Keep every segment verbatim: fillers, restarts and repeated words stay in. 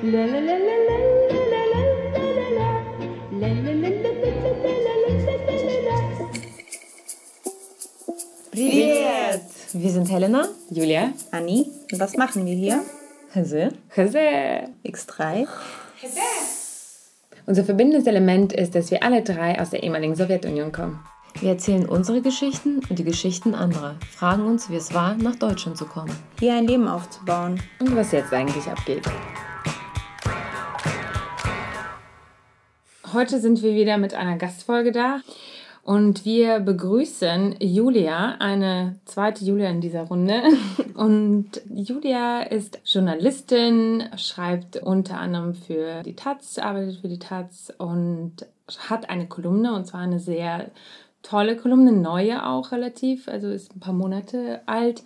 Привет! Wir sind Helena, Julia, Anni. Und was machen wir hier? Hase, Hase. X drei. Hase. Unser verbindendes Element ist, dass wir alle drei aus der ehemaligen Sowjetunion kommen. Wir erzählen unsere Geschichten und die Geschichten anderer, fragen uns, wie es war, nach Deutschland zu kommen. Hier ein Leben aufzubauen. Und was jetzt eigentlich abgeht. Heute sind wir wieder mit einer Gastfolge da. Und wir begrüßen Julia, eine zweite Julia in dieser Runde. Und Julia ist Journalistin, schreibt unter anderem für die Taz, arbeitet für die Taz und hat eine Kolumne, und zwar eine sehr tolle Kolumne, neue auch relativ, also ist ein paar Monate alt,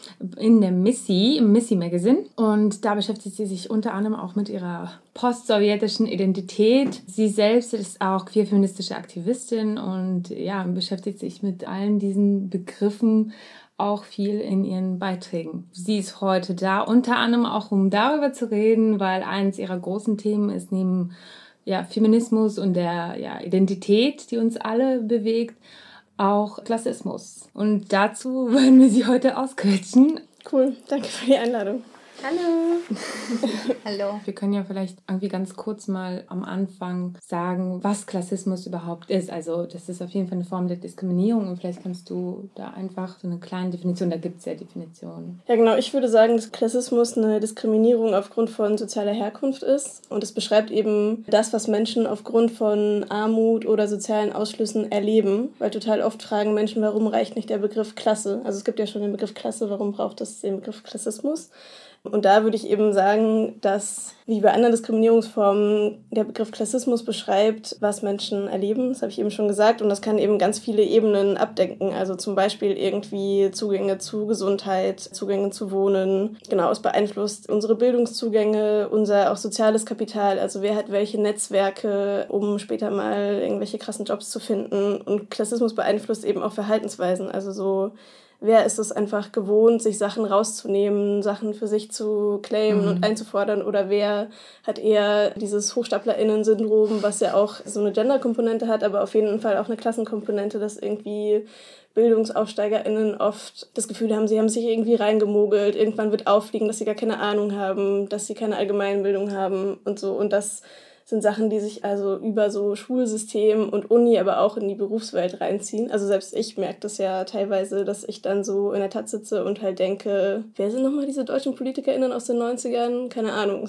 in der Missy, im Missy Magazine. Und da beschäftigt sie sich unter anderem auch mit ihrer post-sowjetischen Identität. Sie selbst ist auch queer-feministische Aktivistin und ja, beschäftigt sich mit allen diesen Begriffen auch viel in ihren Beiträgen. Sie ist heute da, unter anderem auch, um darüber zu reden, weil eines ihrer großen Themen ist neben ja, Feminismus und der ja, Identität, die uns alle bewegt, auch Klassismus. Und dazu wollen wir sie heute ausquetschen. Cool, danke für die Einladung. Hallo. Hallo. Wir können ja vielleicht irgendwie ganz kurz mal am Anfang sagen, was Klassismus überhaupt ist. Also das ist auf jeden Fall eine Form der Diskriminierung und vielleicht kannst du da einfach so eine kleine Definition, da gibt es ja Definitionen. Ja genau, ich würde sagen, dass Klassismus eine Diskriminierung aufgrund von sozialer Herkunft ist und es beschreibt eben das, was Menschen aufgrund von Armut oder sozialen Ausschlüssen erleben, weil total oft fragen Menschen, warum reicht nicht der Begriff Klasse? Also es gibt ja schon den Begriff Klasse, warum braucht es den Begriff Klassismus? Und da würde ich eben sagen, dass, wie bei anderen Diskriminierungsformen, der Begriff Klassismus beschreibt, was Menschen erleben. Das habe ich eben schon gesagt. Und das kann eben ganz viele Ebenen abdecken. Also zum Beispiel irgendwie Zugänge zu Gesundheit, Zugänge zu Wohnen. Genau, es beeinflusst unsere Bildungszugänge, unser auch soziales Kapital. Also wer hat welche Netzwerke, um später mal irgendwelche krassen Jobs zu finden. Und Klassismus beeinflusst eben auch Verhaltensweisen. Also so... Wer ist es einfach gewohnt, sich Sachen rauszunehmen, Sachen für sich zu claimen mhm. und einzufordern? Oder wer hat eher dieses HochstaplerInnen-Syndrom, was ja auch so eine Gender-Komponente hat, aber auf jeden Fall auch eine Klassenkomponente, dass irgendwie BildungsaufsteigerInnen oft das Gefühl haben, sie haben sich irgendwie reingemogelt. Irgendwann wird auffliegen, dass sie gar keine Ahnung haben, dass sie keine Allgemeinbildung haben und so. Und das sind Sachen, die sich also über so Schulsystem und Uni, aber auch in die Berufswelt reinziehen. Also selbst ich merke das ja teilweise, dass ich dann so in der Taz sitze und halt denke, wer sind nochmal diese deutschen PolitikerInnen aus den neunzigern? Keine Ahnung.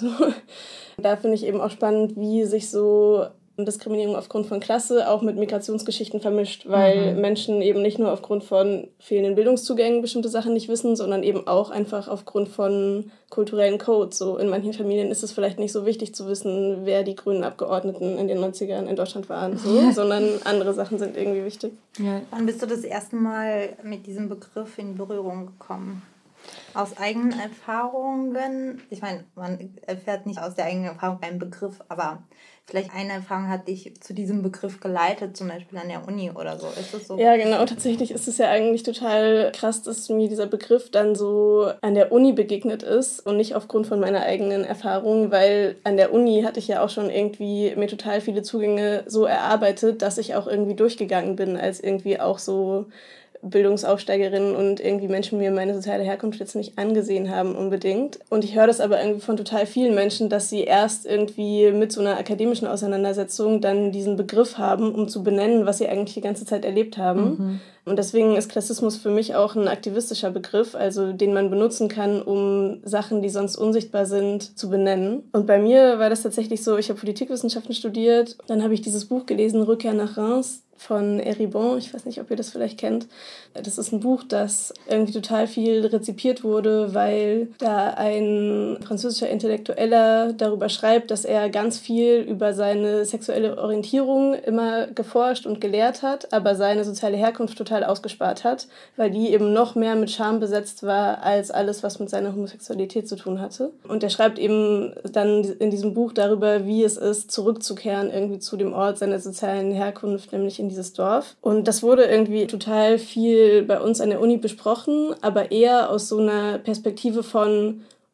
Da finde ich eben auch spannend, wie sich so Diskriminierung aufgrund von Klasse auch mit Migrationsgeschichten vermischt, weil mhm. Menschen eben nicht nur aufgrund von fehlenden Bildungszugängen bestimmte Sachen nicht wissen, sondern eben auch einfach aufgrund von kulturellen Codes. So in manchen Familien ist es vielleicht nicht so wichtig zu wissen, wer die grünen Abgeordneten in den neunzigern in Deutschland waren, so, ja. sondern andere Sachen sind irgendwie wichtig. Ja. Wann bist du das erste Mal mit diesem Begriff in Berührung gekommen? Aus eigenen Erfahrungen, ich meine, man erfährt nicht aus der eigenen Erfahrung einen Begriff, aber vielleicht eine Erfahrung hat dich zu diesem Begriff geleitet, zum Beispiel an der Uni oder so. Ist das so? Ja, genau. Tatsächlich ist es ja eigentlich total krass, dass mir dieser Begriff dann so an der Uni begegnet ist und nicht aufgrund von meiner eigenen Erfahrung, weil an der Uni hatte ich ja auch schon irgendwie mir total viele Zugänge so erarbeitet, dass ich auch irgendwie durchgegangen bin, als irgendwie auch so Bildungsaufsteigerinnen und irgendwie Menschen mir meine soziale Herkunft jetzt nicht angesehen haben unbedingt. Und ich höre das aber irgendwie von total vielen Menschen, dass sie erst irgendwie mit so einer akademischen Auseinandersetzung dann diesen Begriff haben, um zu benennen, was sie eigentlich die ganze Zeit erlebt haben. Mhm. Und deswegen ist Klassismus für mich auch ein aktivistischer Begriff, also den man benutzen kann, um Sachen, die sonst unsichtbar sind, zu benennen. Und bei mir war das tatsächlich so, ich habe Politikwissenschaften studiert, dann habe ich dieses Buch gelesen, Rückkehr nach Reims, von Eribon, ich weiß nicht, ob ihr das vielleicht kennt. Das ist ein Buch, das irgendwie total viel rezipiert wurde, weil da ein französischer Intellektueller darüber schreibt, dass er ganz viel über seine sexuelle Orientierung immer geforscht und gelehrt hat, aber seine soziale Herkunft total ausgespart hat, weil die eben noch mehr mit Scham besetzt war, als alles, was mit seiner Homosexualität zu tun hatte. Und er schreibt eben dann in diesem Buch darüber, wie es ist, zurückzukehren irgendwie zu dem Ort seiner sozialen Herkunft, nämlich in dieses Dorf. Und das wurde irgendwie total viel bei uns an der Uni besprochen, aber eher aus so einer Perspektive von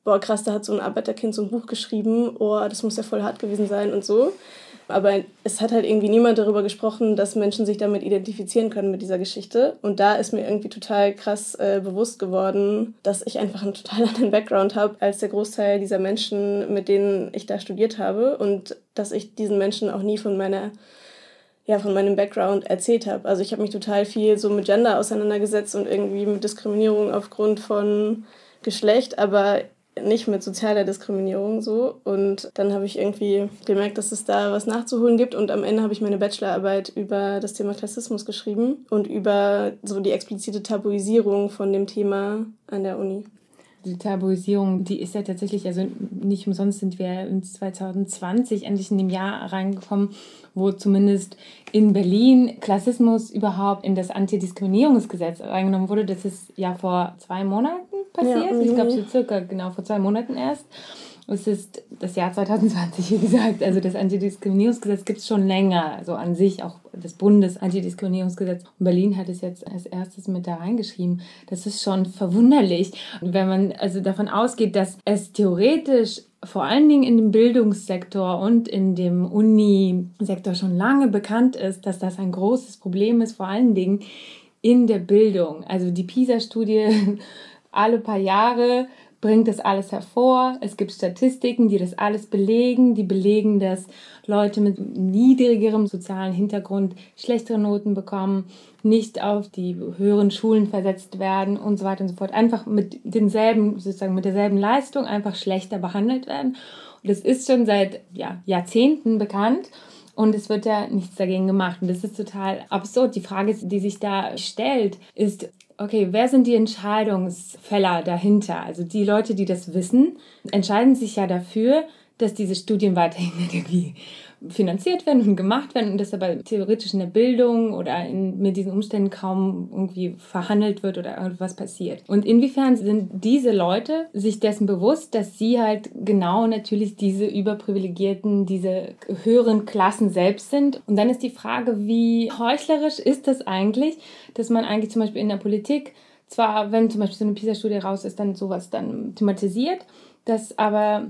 boah krass, da hat so ein Arbeiterkind so ein Buch geschrieben, oh, das muss ja voll hart gewesen sein und so. Aber es hat halt irgendwie niemand darüber gesprochen, dass Menschen sich damit identifizieren können mit dieser Geschichte. Und da ist mir irgendwie total krass äh, bewusst geworden, dass ich einfach einen total anderen Background habe als der Großteil dieser Menschen, mit denen ich da studiert habe. Und dass ich diesen Menschen auch nie von meiner, ja, von meinem Background erzählt habe. Also ich habe mich total viel so mit Gender auseinandergesetzt und irgendwie mit Diskriminierung aufgrund von Geschlecht, aber nicht mit sozialer Diskriminierung so. Und dann habe ich irgendwie gemerkt, dass es da was nachzuholen gibt. Und am Ende habe ich meine Bachelorarbeit über das Thema Klassismus geschrieben und über so die explizite Tabuisierung von dem Thema an der Uni. Die Tabuisierung, die ist ja tatsächlich, also nicht umsonst sind wir in zwanzig zwanzig endlich in dem Jahr reingekommen, wo zumindest in Berlin Klassismus überhaupt in das Antidiskriminierungsgesetz reingenommen wurde. Das ist ja vor zwei Monaten passiert. Ja, ich glaube, so circa genau vor zwei Monaten erst. Es ist das Jahr zwanzig zwanzig, wie gesagt. Also das Antidiskriminierungsgesetz gibt es schon länger. Also an sich auch das Bundes-Antidiskriminierungsgesetz. Und Berlin hat es jetzt als erstes mit da reingeschrieben. Das ist schon verwunderlich. Und wenn man also davon ausgeht, dass es theoretisch vor allen Dingen in dem Bildungssektor und in dem Uni-Sektor schon lange bekannt ist, dass das ein großes Problem ist, vor allen Dingen in der Bildung. Also die PISA-Studie alle paar Jahre bringt das alles hervor. Es gibt Statistiken, die das alles belegen. Die belegen, dass Leute mit niedrigerem sozialen Hintergrund schlechtere Noten bekommen, nicht auf die höheren Schulen versetzt werden und so weiter und so fort. Einfach mit denselben, sozusagen mit derselben Leistung einfach schlechter behandelt werden. Und das ist schon seit ja, Jahrzehnten bekannt. Und es wird ja nichts dagegen gemacht. Und das ist total absurd. Die Frage, die sich da stellt, ist, okay, wer sind die Entscheidungsfäller dahinter? Also die Leute, die das wissen, entscheiden sich ja dafür, dass diese Studien weiterhin irgendwie finanziert werden und gemacht werden und dass aber theoretisch in der Bildung oder in, mit diesen Umständen kaum irgendwie verhandelt wird oder irgendwas passiert. Und inwiefern sind diese Leute sich dessen bewusst, dass sie halt genau natürlich diese überprivilegierten, diese höheren Klassen selbst sind? Und dann ist die Frage, wie heuchlerisch ist das eigentlich, dass man eigentlich zum Beispiel in der Politik zwar, wenn zum Beispiel so eine PISA-Studie raus ist, dann sowas dann thematisiert, dass aber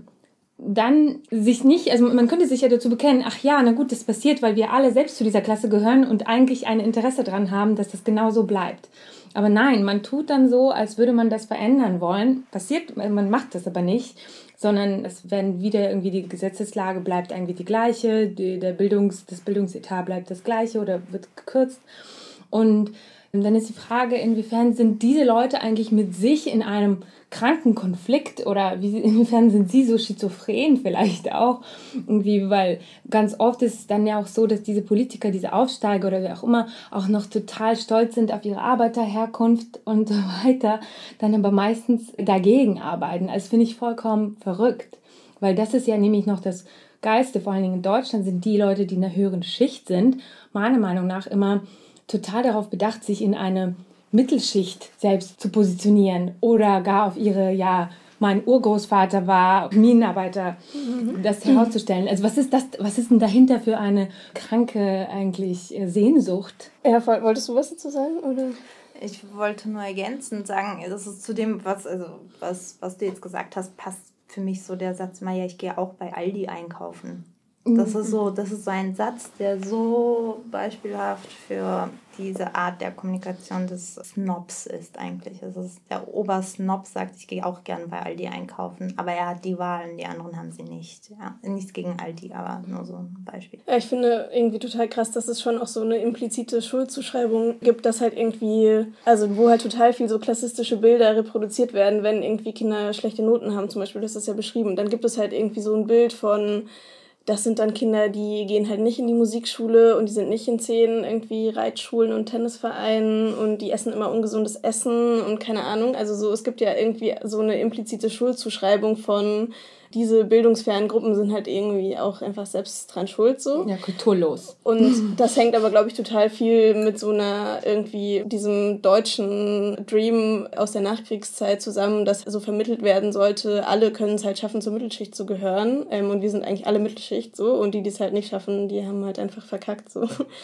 dann sich nicht, also man könnte sich ja dazu bekennen, ach ja, na gut, das passiert, weil wir alle selbst zu dieser Klasse gehören und eigentlich ein Interesse daran haben, dass das genau so bleibt. Aber nein, man tut dann so, als würde man das verändern wollen. Passiert, man macht das aber nicht, sondern es werden wieder irgendwie die Gesetzeslage bleibt irgendwie die gleiche, die, der Bildungs, das Bildungsetat bleibt das gleiche oder wird gekürzt. Und dann ist die Frage, inwiefern sind diese Leute eigentlich mit sich in einem kranken Konflikt oder wie, inwiefern sind sie so schizophren vielleicht auch irgendwie, weil ganz oft ist es dann ja auch so, dass diese Politiker, diese Aufsteiger oder wer auch immer auch noch total stolz sind auf ihre Arbeiterherkunft und so weiter, dann aber meistens dagegen arbeiten. Also finde ich vollkommen verrückt, weil das ist ja nämlich noch das Geiste, vor allen Dingen in Deutschland sind die Leute, die in der höheren Schicht sind, meiner Meinung nach immer total darauf bedacht, sich in eine Mittelschicht selbst zu positionieren oder gar auf ihre, ja, mein Urgroßvater war Minenarbeiter, das herauszustellen. Also was ist das, was ist denn dahinter für eine kranke eigentlich Sehnsucht? Ja, wolltest du was dazu sagen, oder? Ich wollte nur ergänzend sagen, das ist zu dem, was, also, was, was du jetzt gesagt hast, passt für mich so der Satz, ja, ich gehe auch bei Aldi einkaufen. Das ist so, das ist so ein Satz, der so beispielhaft für diese Art der Kommunikation des Snobs ist eigentlich. Also der Obersnob sagt, ich gehe auch gern bei Aldi einkaufen, aber er hat die Wahlen, die anderen haben sie nicht. Ja, nichts gegen Aldi, aber nur so ein Beispiel. Ja, ich finde irgendwie total krass, dass es schon auch so eine implizite Schuldzuschreibung gibt, dass halt irgendwie, also wo halt total viel so klassistische Bilder reproduziert werden, wenn irgendwie Kinder schlechte Noten haben, zum Beispiel, das ist ja beschrieben. Dann gibt es halt irgendwie so ein Bild von, das sind dann Kinder, die gehen halt nicht in die Musikschule und die sind nicht in zehn irgendwie Reitschulen und Tennisvereinen und die essen immer ungesundes Essen und keine Ahnung. Also so, es gibt ja irgendwie so eine implizite Schuldzuschreibung von, diese bildungsfernen Gruppen sind halt irgendwie auch einfach selbst dran schuld so. Ja, kulturlos. Und das hängt aber, glaube ich, total viel mit so einer irgendwie diesem deutschen Dream aus der Nachkriegszeit zusammen, dass so vermittelt werden sollte, alle können es halt schaffen, zur Mittelschicht zu gehören. Ähm, und wir sind eigentlich alle Mittelschicht so. Und die, die es halt nicht schaffen, die haben halt einfach verkackt so.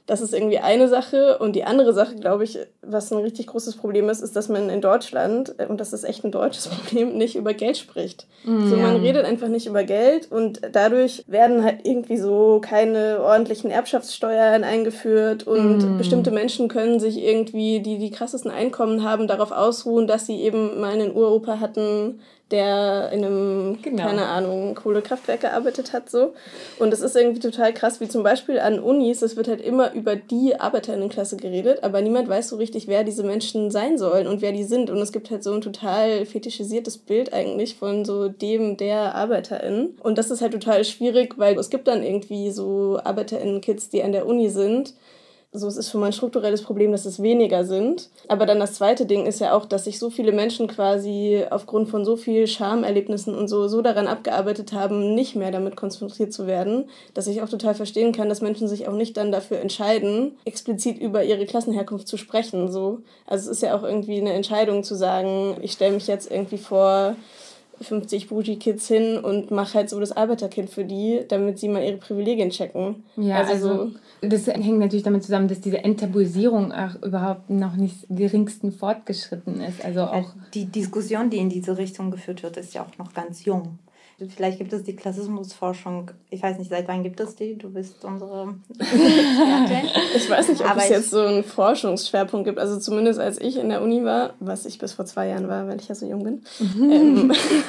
Das ist irgendwie eine Sache. Und die andere Sache, glaube ich, was ein richtig großes Problem ist, ist, dass man in Deutschland, und das ist echt ein deutsches Problem, nicht über Geld spricht. Mm, so, man ja. redet einfach nicht über Geld und dadurch werden halt irgendwie so keine ordentlichen Erbschaftssteuern eingeführt und mm. bestimmte Menschen können sich irgendwie, die die krassesten Einkommen haben, darauf ausruhen, dass sie eben mal einen Uropa hatten, der in einem, genau. keine Ahnung, Kohlekraftwerk gearbeitet hat, so. Und es ist irgendwie total krass, wie zum Beispiel an Unis, es wird halt immer über die ArbeiterInnenklasse geredet, aber niemand weiß so richtig, wer diese Menschen sein sollen und wer die sind. Und es gibt halt so ein total fetischisiertes Bild eigentlich von so dem, der ArbeiterInnen. Und das ist halt total schwierig, weil es gibt dann irgendwie so ArbeiterInnen-Kids, die an der Uni sind. So, es ist schon mal ein strukturelles Problem, dass es weniger sind. Aber dann das zweite Ding ist ja auch, dass sich so viele Menschen quasi aufgrund von so viel Schamerlebnissen und so, so daran abgearbeitet haben, nicht mehr damit konfrontiert zu werden, dass ich auch total verstehen kann, dass Menschen sich auch nicht dann dafür entscheiden, explizit über ihre Klassenherkunft zu sprechen. So. Also es ist ja auch irgendwie eine Entscheidung zu sagen, ich stelle mich jetzt irgendwie vor fünfzig Bougie-Kids hin und mache halt so das Arbeiterkind für die, damit sie mal ihre Privilegien checken. Ja, also, also so das hängt natürlich damit zusammen, dass diese Enttabuisierung auch überhaupt noch nicht geringsten fortgeschritten ist. Also auch die Diskussion, die in diese Richtung geführt wird, ist ja auch noch ganz jung. Vielleicht gibt es die Klassismusforschung, ich weiß nicht, seit wann gibt es die? Du bist unsere Expertin. Ich weiß nicht, ob Aber es jetzt so einen Forschungsschwerpunkt gibt. Also zumindest als ich in der Uni war, was ich bis vor zwei Jahren war, weil ich ja so jung bin, mhm. ähm,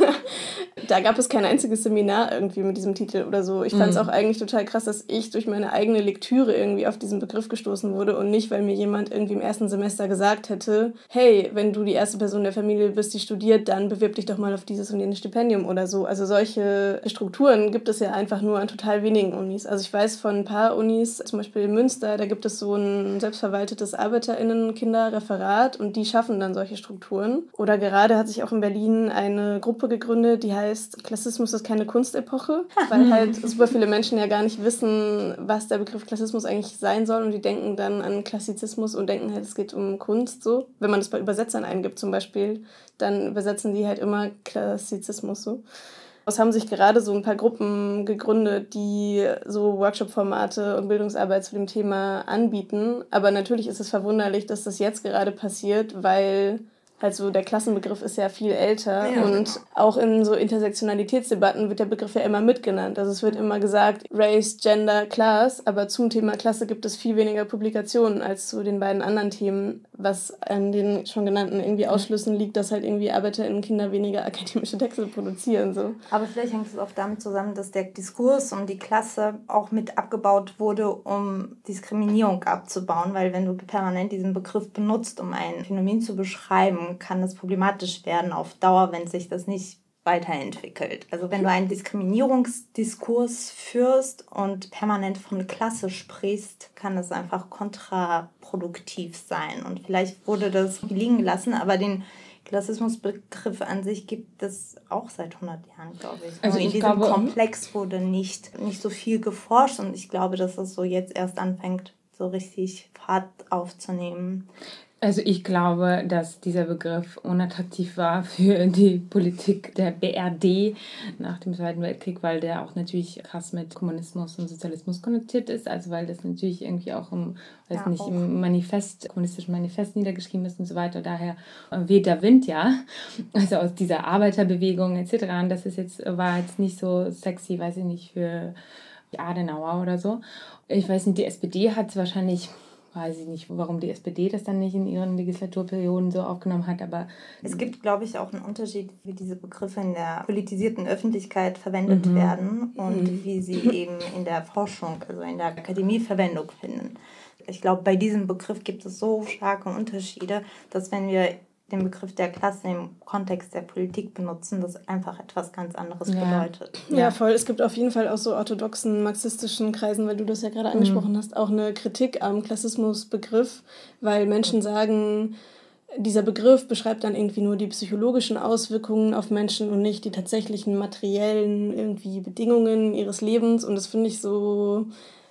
da gab es kein einziges Seminar irgendwie mit diesem Titel oder so. Ich fand es mhm. auch eigentlich total krass, dass ich durch meine eigene Lektüre irgendwie auf diesen Begriff gestoßen wurde und nicht, weil mir jemand irgendwie im ersten Semester gesagt hätte, hey, wenn du die erste Person der Familie bist, die studiert, dann bewirb dich doch mal auf dieses und jenes Stipendium oder so. Also solche Strukturen gibt es ja einfach nur an total wenigen Unis. Also ich weiß von ein paar Unis, zum Beispiel in Münster, da gibt es so ein selbstverwaltetes ArbeiterInnen-Kinderreferat und die schaffen dann solche Strukturen. Oder gerade hat sich auch in Berlin eine Gruppe gegründet, die heißt Klassismus ist keine Kunstepoche, weil halt super viele Menschen ja gar nicht wissen, was der Begriff Klassismus eigentlich sein soll und die denken dann an Klassizismus und denken halt, es geht um Kunst so. Wenn man das bei Übersetzern eingibt zum Beispiel, dann übersetzen die halt immer Klassizismus so. Es haben sich gerade so ein paar Gruppen gegründet, die so Workshop-Formate und Bildungsarbeit zu dem Thema anbieten. Aber natürlich ist es verwunderlich, dass das jetzt gerade passiert, weil halt so der Klassenbegriff ist ja viel älter ja, und genau. auch in so Intersektionalitätsdebatten wird der Begriff ja immer mitgenannt. Also es wird immer gesagt Race, Gender, Class, aber zum Thema Klasse gibt es viel weniger Publikationen als zu den beiden anderen Themen, was an den schon genannten irgendwie Ausschlüssen liegt, dass halt irgendwie ArbeiterInnen Kinder weniger akademische Texte produzieren. So. Aber vielleicht hängt es auch damit zusammen, dass der Diskurs um die Klasse auch mit abgebaut wurde, um Diskriminierung abzubauen, weil wenn du permanent diesen Begriff benutzt, um ein Phänomen zu beschreiben, kann es problematisch werden auf Dauer, wenn sich das nicht weiterentwickelt. Also wenn du einen Diskriminierungsdiskurs führst und permanent von Klasse sprichst, kann es einfach kontraproduktiv sein. Und vielleicht wurde das liegen gelassen, aber den Klassismusbegriff an sich gibt es auch seit hundert Jahren, glaube ich. Also in ich diesem glaube, Komplex wurde nicht, nicht so viel geforscht und ich glaube, dass es so jetzt erst anfängt, so richtig Fahrt aufzunehmen. Also ich glaube, dass dieser Begriff unattraktiv war für die Politik der B R D nach dem Zweiten Weltkrieg, weil der auch natürlich krass mit Kommunismus und Sozialismus konnotiert ist, also weil das natürlich irgendwie auch im, weiß ja, nicht, auch. im Manifest, kommunistischen Manifest niedergeschrieben ist und so weiter. Daher weht der Wind ja, also aus dieser Arbeiterbewegung et cetera. Und das ist jetzt, war jetzt nicht so sexy, weiß ich nicht, für Adenauer oder so. Ich weiß nicht, die S P D hat es wahrscheinlich... weiß ich nicht, warum die S P D das dann nicht in ihren Legislaturperioden so aufgenommen hat, aber... Es gibt, glaube ich, auch einen Unterschied, wie diese Begriffe in der politisierten Öffentlichkeit verwendet mhm. werden und mhm. wie sie eben in der Forschung, also in der Akademie Verwendung finden. Ich glaube, bei diesem Begriff gibt es so starke Unterschiede, dass wenn wir den Begriff der Klasse im Kontext der Politik benutzen, das einfach etwas ganz anderes ja. bedeutet. Ja. ja, voll. Es gibt auf jeden Fall auch so orthodoxen marxistischen Kreisen, weil du das ja gerade angesprochen mhm. hast, auch eine Kritik am Klassismusbegriff, weil Menschen sagen, dieser Begriff beschreibt dann irgendwie nur die psychologischen Auswirkungen auf Menschen und nicht die tatsächlichen materiellen irgendwie Bedingungen ihres Lebens und das finde ich so...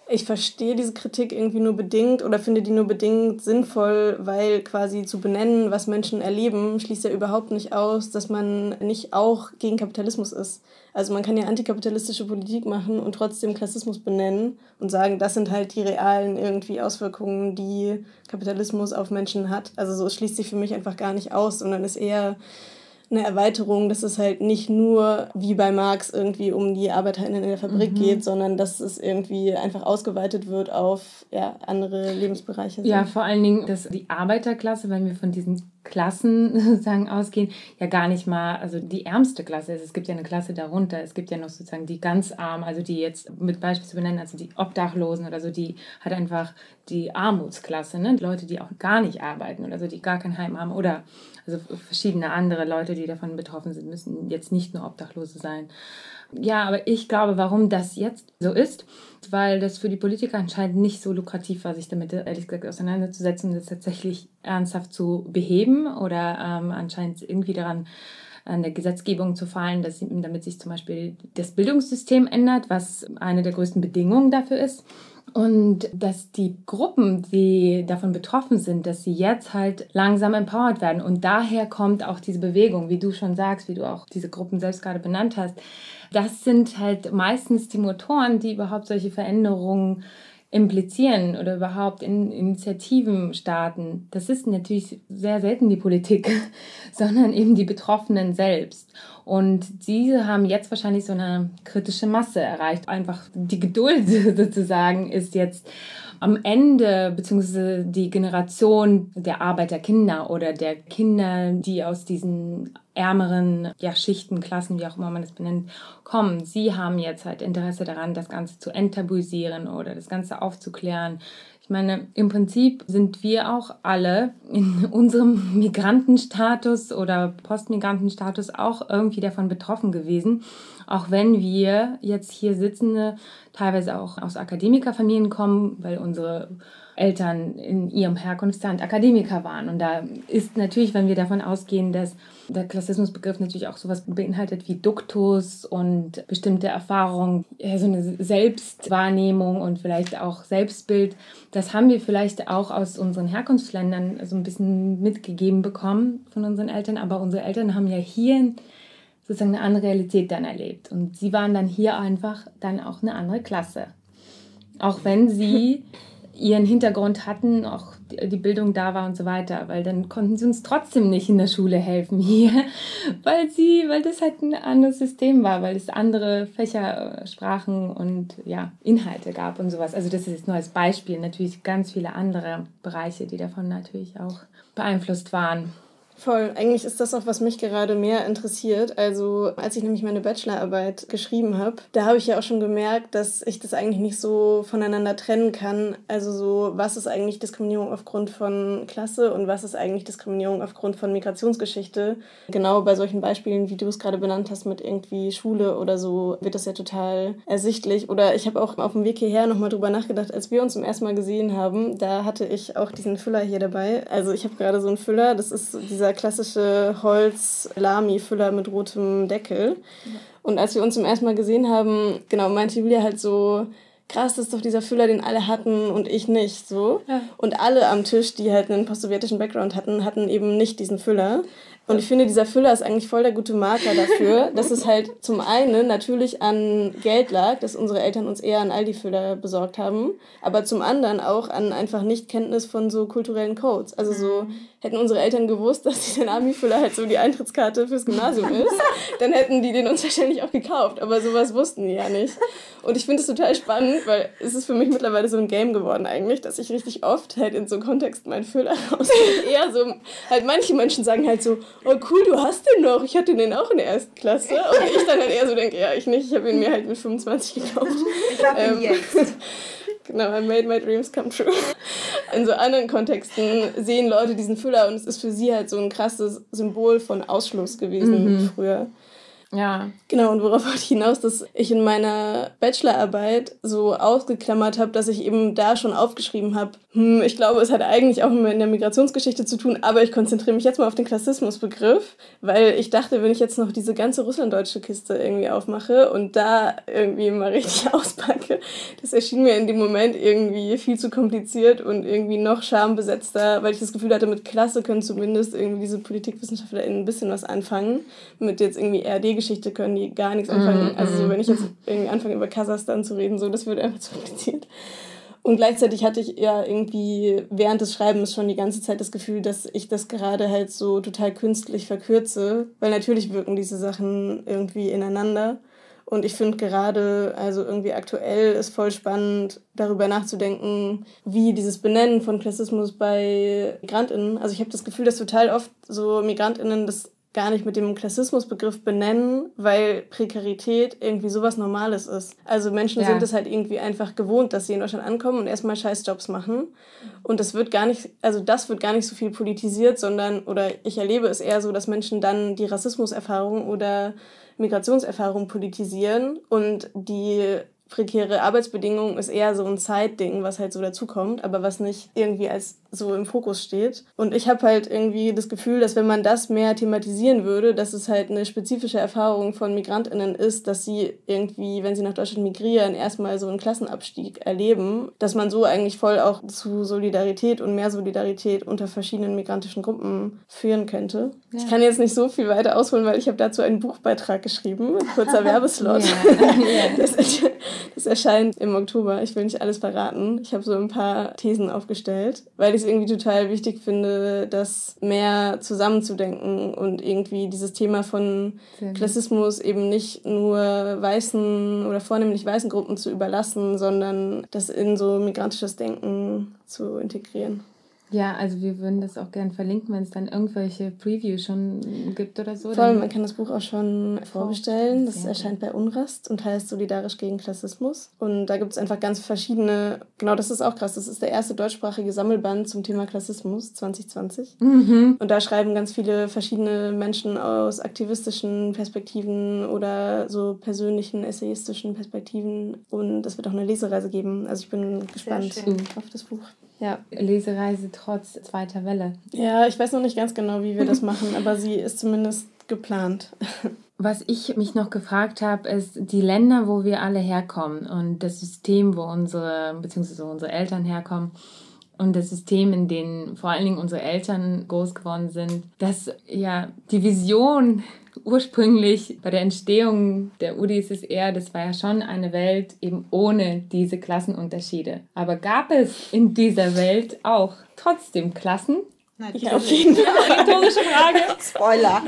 Ich verstehe diese Kritik irgendwie nur bedingt oder finde die nur bedingt sinnvoll, weil quasi zu benennen, was Menschen erleben, schließt ja überhaupt nicht aus, dass man nicht auch gegen Kapitalismus ist. Also man kann ja antikapitalistische Politik machen und trotzdem Klassismus benennen und sagen, das sind halt die realen irgendwie Auswirkungen, die Kapitalismus auf Menschen hat. Also so, es schließt sich für mich einfach gar nicht aus, sondern ist eher eine Erweiterung, dass es halt nicht nur wie bei Marx irgendwie um die ArbeiterInnen in der Fabrik mhm. geht, sondern dass es irgendwie einfach ausgeweitet wird auf ja, andere Lebensbereiche. Ja, vor allen Dingen, dass die Arbeiterklasse, wenn wir von diesen Klassen sozusagen ausgehen, ja gar nicht mal, also die ärmste Klasse ist. Es gibt ja eine Klasse darunter. Es gibt ja noch sozusagen die ganz armen, also die jetzt mit Beispiel zu benennen, also die Obdachlosen oder so, die hat einfach die Armutsklasse, ne? Die Leute, die auch gar nicht arbeiten oder so, die gar kein Heim haben oder also verschiedene andere Leute, die davon betroffen sind, müssen jetzt nicht nur Obdachlose sein. Ja, aber ich glaube, warum das jetzt so ist, weil das für die Politiker anscheinend nicht so lukrativ war, sich damit ehrlich gesagt auseinanderzusetzen und das tatsächlich ernsthaft zu beheben oder ähm, anscheinend irgendwie daran an der Gesetzgebung zu fallen, dass sie, damit sich zum Beispiel das Bildungssystem ändert, was eine der größten Bedingungen dafür ist. Und dass die Gruppen, die davon betroffen sind, dass sie jetzt halt langsam empowered werden. Und daher kommt auch diese Bewegung, wie du schon sagst, wie du auch diese Gruppen selbst gerade benannt hast. Das sind halt meistens die Motoren, die überhaupt solche Veränderungen implizieren oder überhaupt in Initiativen starten. Das ist natürlich sehr selten die Politik, sondern eben die Betroffenen selbst. Und diese haben jetzt wahrscheinlich so eine kritische Masse erreicht. Einfach die Geduld sozusagen ist jetzt am Ende, beziehungsweise die Generation der Arbeiterkinder oder der Kinder, die aus diesen ärmeren ja, Schichten, Klassen, wie auch immer man das benennt, kommen. Sie haben jetzt halt Interesse daran, das Ganze zu enttabuisieren oder das Ganze aufzuklären. Ich meine, im Prinzip sind wir auch alle in unserem Migrantenstatus oder Postmigrantenstatus auch irgendwie davon betroffen gewesen. Auch wenn wir jetzt hier Sitzende teilweise auch aus Akademikerfamilien kommen, weil unsere Eltern in ihrem Herkunftsland Akademiker waren. Und da ist natürlich, wenn wir davon ausgehen, dass der Klassismusbegriff natürlich auch sowas beinhaltet wie Duktus und bestimmte Erfahrungen, so eine Selbstwahrnehmung und vielleicht auch Selbstbild, das haben wir vielleicht auch aus unseren Herkunftsländern so ein bisschen mitgegeben bekommen von unseren Eltern. Aber unsere Eltern haben ja hier sozusagen eine andere Realität dann erlebt. Und sie waren dann hier einfach dann auch eine andere Klasse. Auch wenn sie ihren Hintergrund hatten, auch die Bildung da war und so weiter, weil dann konnten sie uns trotzdem nicht in der Schule helfen hier, weil sie, weil das halt ein anderes System war, weil es andere Fächer, Sprachen und ja, Inhalte gab und sowas. Also das ist jetzt nur als Beispiel, natürlich ganz viele andere Bereiche, die davon natürlich auch beeinflusst waren. Voll. Eigentlich ist das auch, was mich gerade mehr interessiert. Also als ich nämlich meine Bachelorarbeit geschrieben habe, da habe ich ja auch schon gemerkt, dass ich das eigentlich nicht so voneinander trennen kann. Also so, was ist eigentlich Diskriminierung aufgrund von Klasse und was ist eigentlich Diskriminierung aufgrund von Migrationsgeschichte? Genau bei solchen Beispielen, wie du es gerade benannt hast, mit irgendwie Schule oder so, wird das ja total ersichtlich. Oder ich habe auch auf dem Weg hierher nochmal drüber nachgedacht, als wir uns zum ersten Mal gesehen haben, da hatte ich auch diesen Füller hier dabei. Also ich habe gerade so einen Füller, das ist dieser klassische Holz-Lami-Füller mit rotem Deckel. Ja. Und als wir uns zum ersten Mal gesehen haben, genau, meinte Julia halt so, krass, das ist doch dieser Füller, den alle hatten und ich nicht, so. Ja. Und alle am Tisch, die halt einen postsowjetischen Background hatten, hatten eben nicht diesen Füller. Und ich finde, dieser Füller ist eigentlich voll der gute Marker dafür, dass es halt zum einen natürlich an Geld lag, dass unsere Eltern uns eher an Aldi-Füller besorgt haben, aber zum anderen auch an einfach Nichtkenntnis von so kulturellen Codes. Also so hätten unsere Eltern gewusst, dass dieser Lami-Füller halt so die Eintrittskarte fürs Gymnasium ist, dann hätten die den uns wahrscheinlich auch gekauft, aber sowas wussten die ja nicht. Und ich finde es total spannend, weil es ist für mich mittlerweile so ein Game geworden eigentlich, dass ich richtig oft halt in so Kontexten meinen Füller rausgehe. Eher so, halt manche Menschen sagen halt so, oh cool, du hast den noch, ich hatte den auch in der ersten Klasse. Und ich dann halt eher so denke, ja, ich nicht, ich habe ihn mir halt mit fünfundzwanzig gekauft. Ich habe ihn ähm, jetzt. Genau, I made my dreams come true. In so anderen Kontexten sehen Leute diesen Füller und es ist für sie halt so ein krasses Symbol von Ausschluss gewesen mhm. früher. Ja. Genau, und worauf wollte ich hinaus, dass ich in meiner Bachelorarbeit so ausgeklammert habe, dass ich eben da schon aufgeschrieben habe, hm, ich glaube, es hat eigentlich auch mit der Migrationsgeschichte zu tun, aber ich konzentriere mich jetzt mal auf den Klassismusbegriff, weil ich dachte, wenn ich jetzt noch diese ganze russlanddeutsche Kiste irgendwie aufmache und da irgendwie mal richtig auspacke, das erschien mir in dem Moment irgendwie viel zu kompliziert und irgendwie noch schambesetzter, weil ich das Gefühl hatte, mit Klasse können zumindest irgendwie diese PolitikwissenschaftlerInnen ein bisschen was anfangen, mit jetzt irgendwie R D Geschichte können die gar nichts anfangen. Also so, wenn ich jetzt irgendwie anfange, über Kasachstan zu reden, so, das wird einfach zu kompliziert. Und gleichzeitig hatte ich ja irgendwie während des Schreibens schon die ganze Zeit das Gefühl, dass ich das gerade halt so total künstlich verkürze, weil natürlich wirken diese Sachen irgendwie ineinander. Und ich finde gerade, also irgendwie aktuell ist voll spannend, darüber nachzudenken, wie dieses Benennen von Klassismus bei MigrantInnen, also ich habe das Gefühl, dass total oft so MigrantInnen das gar nicht mit dem Klassismusbegriff benennen, weil Prekarität irgendwie sowas Normales ist. Also Menschen ja. sind es halt irgendwie einfach gewohnt, dass sie in Deutschland ankommen und erstmal Scheißjobs machen. Und das wird gar nicht, also das wird gar nicht so viel politisiert, sondern, oder ich erlebe es eher so, dass Menschen dann die Rassismuserfahrung oder Migrationserfahrung politisieren und die prekäre Arbeitsbedingungen ist eher so ein Side-Ding, was halt so dazukommt, aber was nicht irgendwie als so im Fokus steht. Und ich habe halt irgendwie das Gefühl, dass wenn man das mehr thematisieren würde, dass es halt eine spezifische Erfahrung von MigrantInnen ist, dass sie irgendwie, wenn sie nach Deutschland migrieren, erstmal so einen Klassenabstieg erleben, dass man so eigentlich voll auch zu Solidarität und mehr Solidarität unter verschiedenen migrantischen Gruppen führen könnte. Ja. Ich kann jetzt nicht so viel weiter ausholen, weil ich habe dazu einen Buchbeitrag geschrieben, ein kurzer Werbeslot. Ja. das, das erscheint im Oktober. Ich will nicht alles verraten. Ich habe so ein paar Thesen aufgestellt, weil ich es irgendwie total wichtig finde, das mehr zusammenzudenken und irgendwie dieses Thema von Klassismus eben nicht nur weißen oder vornehmlich weißen Gruppen zu überlassen, sondern das in so migrantisches Denken zu integrieren. Ja, also wir würden das auch gerne verlinken, wenn es dann irgendwelche Previews schon gibt oder so. Voll, man kann das Buch auch schon vorbestellen. Das erscheint bei Unrast und heißt Solidarisch gegen Klassismus. Und da gibt es einfach ganz verschiedene, genau das ist auch krass, das ist der erste deutschsprachige Sammelband zum Thema Klassismus zwanzig zwanzig. Mhm. Und da schreiben ganz viele verschiedene Menschen aus aktivistischen Perspektiven oder so persönlichen, essayistischen Perspektiven. Und es wird auch eine Lesereise geben. Also ich bin gespannt auf das Buch. Ja. Lesereise trotz zweiter Welle. Ja, ich weiß noch nicht ganz genau, wie wir das machen, aber sie ist zumindest geplant. Was ich mich noch gefragt habe, ist die Länder, wo wir alle herkommen und das System, wo unsere, beziehungsweise unsere Eltern herkommen und das System, in dem vor allen Dingen unsere Eltern groß geworden sind, dass ja die Vision ursprünglich bei der Entstehung der U D I S S R, das war ja schon eine Welt eben ohne diese Klassenunterschiede. Aber gab es in dieser Welt auch trotzdem Klassen? Nein, ja, auf jeden Fall. Rhetorische Frage. Spoiler.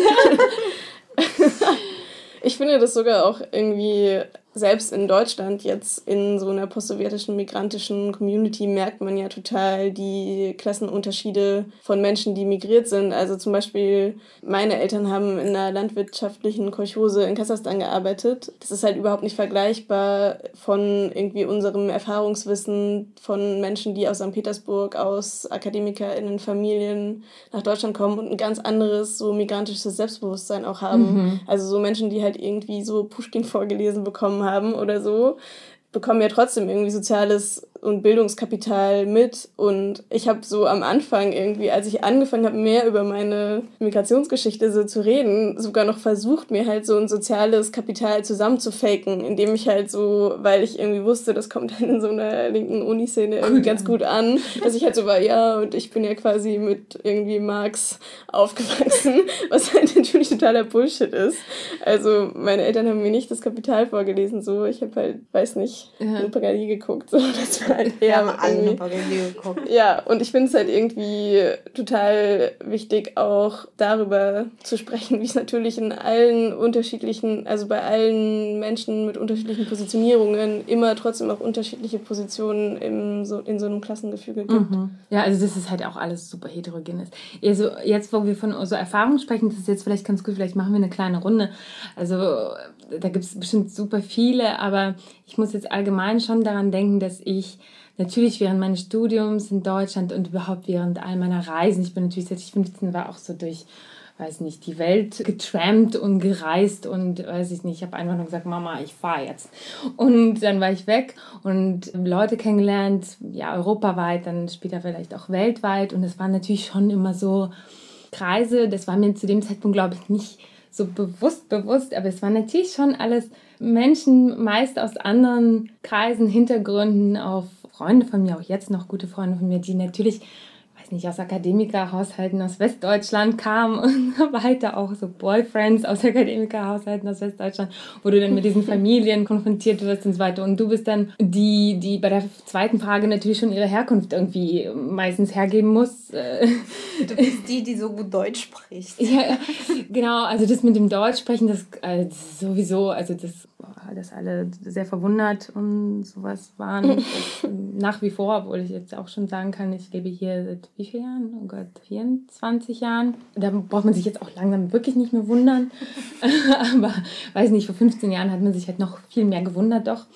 Ja. Ich finde das sogar auch irgendwie, selbst in Deutschland jetzt in so einer postsowjetischen migrantischen Community merkt man ja total die Klassenunterschiede von Menschen, die migriert sind. Also zum Beispiel meine Eltern haben in einer landwirtschaftlichen Kolchose in Kasachstan gearbeitet. Das ist halt überhaupt nicht vergleichbar von irgendwie unserem Erfahrungswissen von Menschen, die aus Sankt Petersburg, aus AkademikerInnen, Familien nach Deutschland kommen und ein ganz anderes so migrantisches Selbstbewusstsein auch haben. Mhm. Also so Menschen, die halt irgendwie so Puschkin vorgelesen bekommen haben oder so, bekommen ja trotzdem irgendwie soziales und Bildungskapital mit. Und ich habe so am Anfang irgendwie, als ich angefangen habe, mehr über meine Migrationsgeschichte so zu reden, sogar noch versucht, mir halt so ein soziales Kapital zusammenzufaken, indem ich halt so, weil ich irgendwie wusste, das kommt dann in so einer linken Uniszene irgendwie gut ganz an. gut an, dass ich halt so war, ja, und ich bin ja quasi mit irgendwie Marx aufgewachsen, was halt natürlich totaler Bullshit ist. Also meine Eltern haben mir nicht das Kapital vorgelesen, so, ich habe halt, weiß nicht, ja. Nupagali geguckt, so, das war halt eher wir haben alle Nupagali geguckt. Ja, und ich finde es halt irgendwie total wichtig, auch darüber zu sprechen, wie es natürlich in allen unterschiedlichen, also bei allen Menschen mit unterschiedlichen Positionierungen immer trotzdem auch unterschiedliche Positionen im, so, in so einem Klassengefüge gibt. Mhm. Ja, also das ist halt auch alles super heterogen ist. Also jetzt, wo wir von so Erfahrungen sprechen, das ist jetzt vielleicht ganz gut, vielleicht machen wir eine kleine Runde. Also da gibt es bestimmt super viele, aber ich muss jetzt allgemein schon daran denken, dass ich natürlich während meines Studiums in Deutschland und überhaupt während all meiner Reisen, ich bin natürlich, seit ich fünfzehn war, auch so durch weiß nicht, die Welt getrampt und gereist und weiß ich nicht, ich habe einfach nur gesagt, Mama, ich fahre jetzt. Und dann war ich weg und Leute kennengelernt, ja, europaweit, dann später vielleicht auch weltweit. Und es waren natürlich schon immer so Kreise, das war mir zu dem Zeitpunkt, glaube ich, nicht so bewusst, bewusst, aber es waren natürlich schon alles Menschen, meist aus anderen Kreisen, Hintergründen, auch Freunde von mir, auch jetzt noch gute Freunde von mir, die natürlich, weiß nicht, aus Akademikerhaushalten aus Westdeutschland kamen und so weiter, auch so Boyfriends aus Akademikerhaushalten aus Westdeutschland, wo du dann mit diesen Familien konfrontiert wirst und so weiter. Und du bist dann die, die bei der zweiten Frage natürlich schon ihre Herkunft irgendwie meistens hergeben muss. Du bist die, die so gut Deutsch spricht. Ja, genau, also das mit dem Deutsch sprechen, das, also das ist sowieso, also das, dass alle sehr verwundert und sowas waren. Das, nach wie vor, obwohl ich jetzt auch schon sagen kann, ich lebe hier seit wie vielen Jahren? Oh Gott, vierundzwanzig Jahren. Da braucht man sich jetzt auch langsam wirklich nicht mehr wundern. Aber, weiß nicht, vor fünfzehn Jahren hat man sich halt noch viel mehr gewundert doch.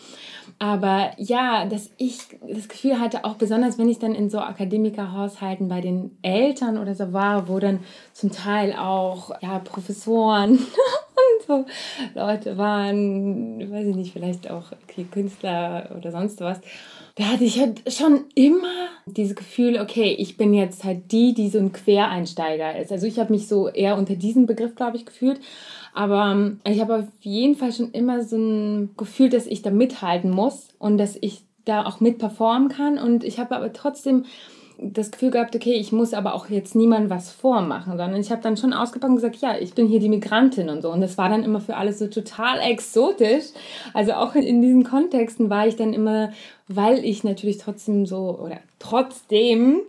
Aber ja, dass ich das Gefühl hatte, auch besonders wenn ich dann in so Akademikerhaushalten bei den Eltern oder so war, wo dann zum Teil auch ja, Professoren und so Leute waren, weiß ich nicht, vielleicht auch okay, Künstler oder sonst was, da hatte ich halt schon immer dieses Gefühl, okay, ich bin jetzt halt die, die so ein Quereinsteiger ist. Also ich habe mich so eher unter diesem Begriff, glaube ich, gefühlt. Aber ich habe auf jeden Fall schon immer so ein Gefühl, dass ich da mithalten muss und dass ich da auch mit performen kann. Und ich habe aber trotzdem das Gefühl gehabt, okay, ich muss aber auch jetzt niemandem was vormachen, sondern ich habe dann schon ausgepackt und gesagt, ja, ich bin hier die Migrantin und so. Und das war dann immer für alles so total exotisch. Also auch in, in diesen Kontexten war ich dann immer, weil ich natürlich trotzdem so, oder trotzdem,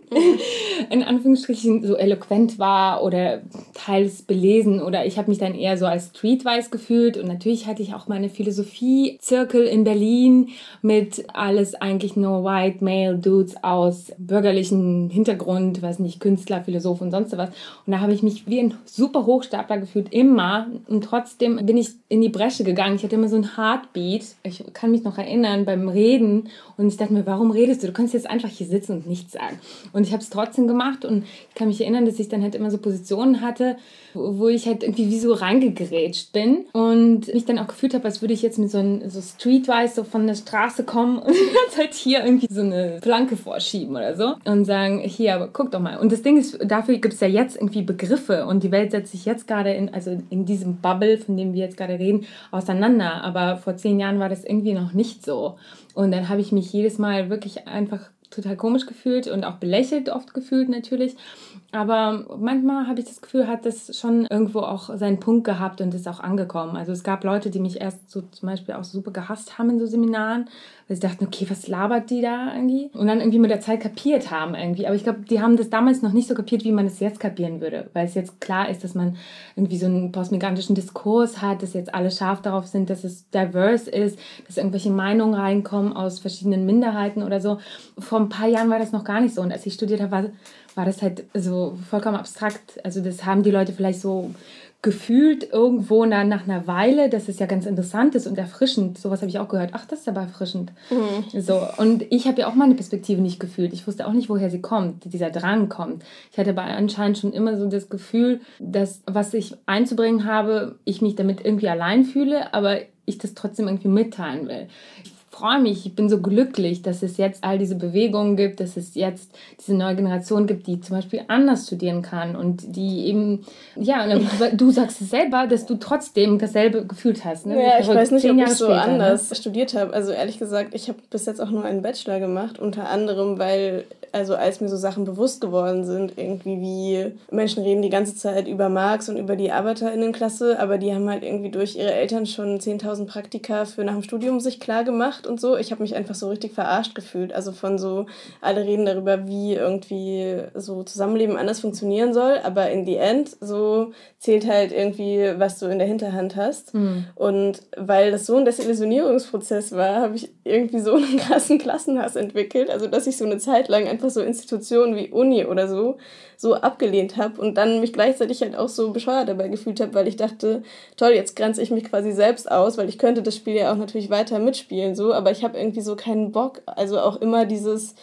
in Anführungsstrichen, so eloquent war oder teils belesen oder ich habe mich dann eher so als streetwise gefühlt und natürlich hatte ich auch meine Philosophie-Zirkel in Berlin mit alles eigentlich nur white male dudes aus bürgerlichen Hintergrund, weiß nicht, Künstler, Philosoph und sonst was und da habe ich mich wie ein super Hochstapler gefühlt, immer und trotzdem bin ich in die Bresche gegangen. Ich hatte immer so ein Heartbeat, ich kann mich noch erinnern beim Reden und ich dachte mir, warum redest du? Du kannst jetzt einfach hier sitzen und nichts sagen. Und ich habe es trotzdem gemacht und ich kann mich erinnern, dass ich dann halt immer so Positionen hatte, wo ich halt irgendwie wie so reingegrätscht bin und mich dann auch gefühlt habe, als würde ich jetzt mit so einem so Streetwise so von der Straße kommen und jetzt halt hier irgendwie so eine Planke vorschieben oder so und sagen, hier, aber guck doch mal. Und das Ding ist, dafür gibt es ja jetzt irgendwie Begriffe und die Welt setzt sich jetzt gerade in, also in diesem Bubble, von dem wir jetzt gerade reden, auseinander. Aber vor zehn Jahren war das irgendwie noch nicht so. Und dann habe ich mich jedes Mal wirklich einfach total komisch gefühlt und auch belächelt oft gefühlt natürlich. Aber manchmal habe ich das Gefühl, hat das schon irgendwo auch seinen Punkt gehabt und ist auch angekommen. Also es gab Leute, die mich erst so zum Beispiel auch super gehasst haben in so Seminaren, weil sie dachten, okay, was labert die da irgendwie? Und dann irgendwie mit der Zeit kapiert haben irgendwie. Aber ich glaube, die haben das damals noch nicht so kapiert, wie man es jetzt kapieren würde. Weil es jetzt klar ist, dass man irgendwie so einen postmigrantischen Diskurs hat, dass jetzt alle scharf darauf sind, dass es diverse ist, dass irgendwelche Meinungen reinkommen aus verschiedenen Minderheiten oder so. Vor ein paar Jahren war das noch gar nicht so. Und als ich studiert habe, war, war das halt so vollkommen abstrakt. Also das haben die Leute vielleicht so gefühlt irgendwo nach, nach einer Weile, dass es ja ganz interessant ist und erfrischend. Sowas habe ich auch gehört. Ach, das ist aber erfrischend. Mhm. So. Und ich habe ja auch meine Perspektive nicht gefühlt. Ich wusste auch nicht, woher sie kommt, dieser Drang kommt. Ich hatte aber anscheinend schon immer so das Gefühl, dass was ich einzubringen habe, ich mich damit irgendwie allein fühle, aber ich das trotzdem irgendwie mitteilen will. Ich freue mich, ich bin so glücklich, dass es jetzt all diese Bewegungen gibt, dass es jetzt diese neue Generation gibt, die zum Beispiel anders studieren kann und die eben, ja, du sagst es selber, dass du trotzdem dasselbe gefühlt hast. Ne? Ja, ich weiß nicht, ob ich so später, anders ne? studiert habe. Also ehrlich gesagt, ich habe bis jetzt auch nur einen Bachelor gemacht, unter anderem, weil, also als mir so Sachen bewusst geworden sind, irgendwie wie Menschen reden die ganze Zeit über Marx und über die ArbeiterInnenklasse, aber die haben halt irgendwie durch ihre Eltern schon zehntausend Praktika für nach dem Studium sich klar gemacht und so. Ich habe mich einfach so richtig verarscht gefühlt. Also von so, alle reden darüber, wie irgendwie so Zusammenleben anders funktionieren soll, aber in the end so zählt halt irgendwie, was du in der Hinterhand hast. Mhm. Und weil das so ein Desillusionierungsprozess war, habe ich irgendwie so einen krassen Klassenhass entwickelt. Also dass ich so eine Zeit lang einfach so Institutionen wie Uni oder so so abgelehnt habe und dann mich gleichzeitig halt auch so bescheuert dabei gefühlt habe, weil ich dachte, toll, jetzt grenze ich mich quasi selbst aus, weil ich könnte das Spiel ja auch natürlich weiter mitspielen, so, aber ich habe irgendwie so keinen Bock, also auch immer dieses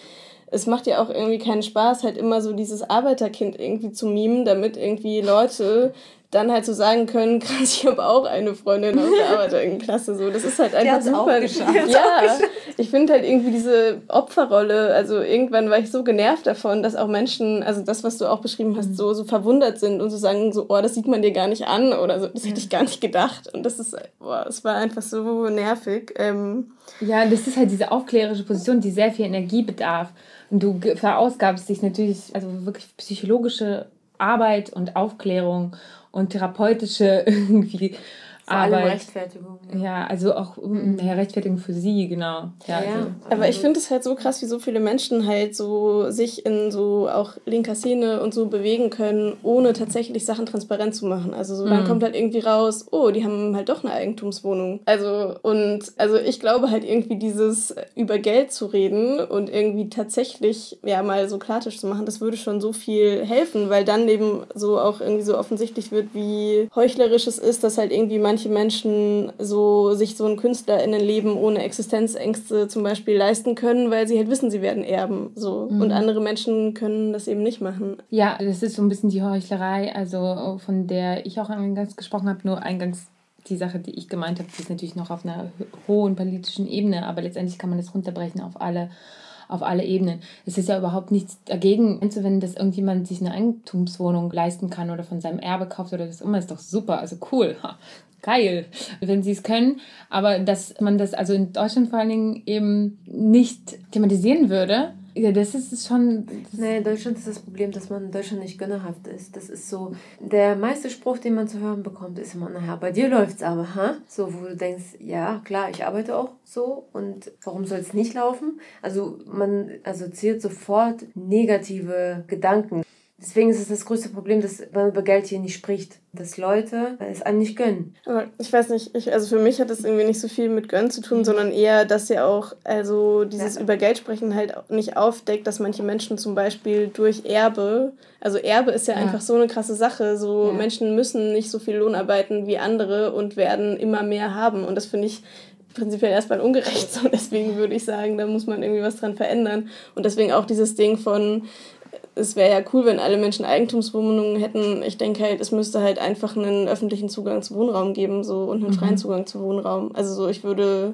es macht ja auch irgendwie keinen Spaß, halt immer so dieses Arbeiterkind irgendwie zu mimen, damit irgendwie Leute dann halt so sagen können, krass, ich habe auch eine Freundin aus der Arbeiterklasse. So, das ist halt einfach super. Auch geschafft. Ja, ich finde halt irgendwie diese Opferrolle, also irgendwann war ich so genervt davon, dass auch Menschen, also das, was du auch beschrieben hast, so, so verwundert sind und so sagen, so, oh, das sieht man dir gar nicht an oder so, das hätte ich gar nicht gedacht. Und das ist, boah, es war einfach so nervig. Ähm, ja, das ist halt diese aufklärerische Position, die sehr viel Energie bedarf. Und du verausgabst dich natürlich, also wirklich psychologische Arbeit und Aufklärung und therapeutische irgendwie Vor Arbeit. allem Rechtfertigung. Ja, ja also auch mhm. ja, Rechtfertigung für sie, genau. Ja, ja, also. Aber ich finde es halt so krass, wie so viele Menschen halt so sich in so auch linker Szene und so bewegen können, ohne tatsächlich Sachen transparent zu machen. Also so, dann Mhm. kommt halt irgendwie raus, oh, die haben halt doch eine Eigentumswohnung. Also und also ich glaube halt irgendwie dieses über Geld zu reden und irgendwie tatsächlich ja mal so Klartisch zu machen, das würde schon so viel helfen, weil dann eben so auch irgendwie so offensichtlich wird, wie heuchlerisch es ist, dass halt irgendwie manche Menschen so sich so ein KünstlerInnenleben ohne Existenzängste zum Beispiel leisten können, weil sie halt wissen, sie werden erben. So. Mhm. Und andere Menschen können das eben nicht machen. Ja, das ist so ein bisschen die Heuchlerei, also von der ich auch eingangs gesprochen habe, nur eingangs die Sache, die ich gemeint habe, die ist natürlich noch auf einer hohen politischen Ebene, aber letztendlich kann man das runterbrechen auf alle auf alle Ebenen. Es ist ja überhaupt nichts dagegen einzuwenden, dass irgendjemand sich eine Eigentumswohnung leisten kann oder von seinem Erbe kauft oder das immer, ist doch super, also cool, ha, geil, wenn sie es können. Aber dass man das also in Deutschland vor allen Dingen eben nicht thematisieren würde, ja, das ist schon... Das Nee, in Deutschland ist das Problem, dass man in Deutschland nicht gönnerhaft ist. Das ist so, der meiste Spruch, den man zu hören bekommt, ist immer, naja, bei dir läuft's aber, ha? So, wo du denkst, ja, klar, ich arbeite auch so und warum soll es nicht laufen? Also man assoziiert sofort negative Gedanken. Deswegen ist es das größte Problem, dass man über Geld hier nicht spricht, dass Leute es einem nicht gönnen. Aber ich weiß nicht, ich, also für mich hat das irgendwie nicht so viel mit Gönnen zu tun, sondern eher, dass ja auch also dieses Ja. über Geld sprechen halt nicht aufdeckt, dass manche Menschen zum Beispiel durch Erbe, also Erbe ist ja, Ja. einfach so eine krasse Sache, so Ja. Menschen müssen nicht so viel Lohn arbeiten wie andere und werden immer mehr haben und das finde ich prinzipiell erstmal ungerecht, so deswegen würde ich sagen, da muss man irgendwie was dran verändern und deswegen auch dieses Ding von es wäre ja cool, wenn alle Menschen Eigentumswohnungen hätten. Ich denke halt, es müsste halt einfach einen öffentlichen Zugang zu Wohnraum geben so und einen freien Mhm. Zugang zu Wohnraum. Also so, ich würde,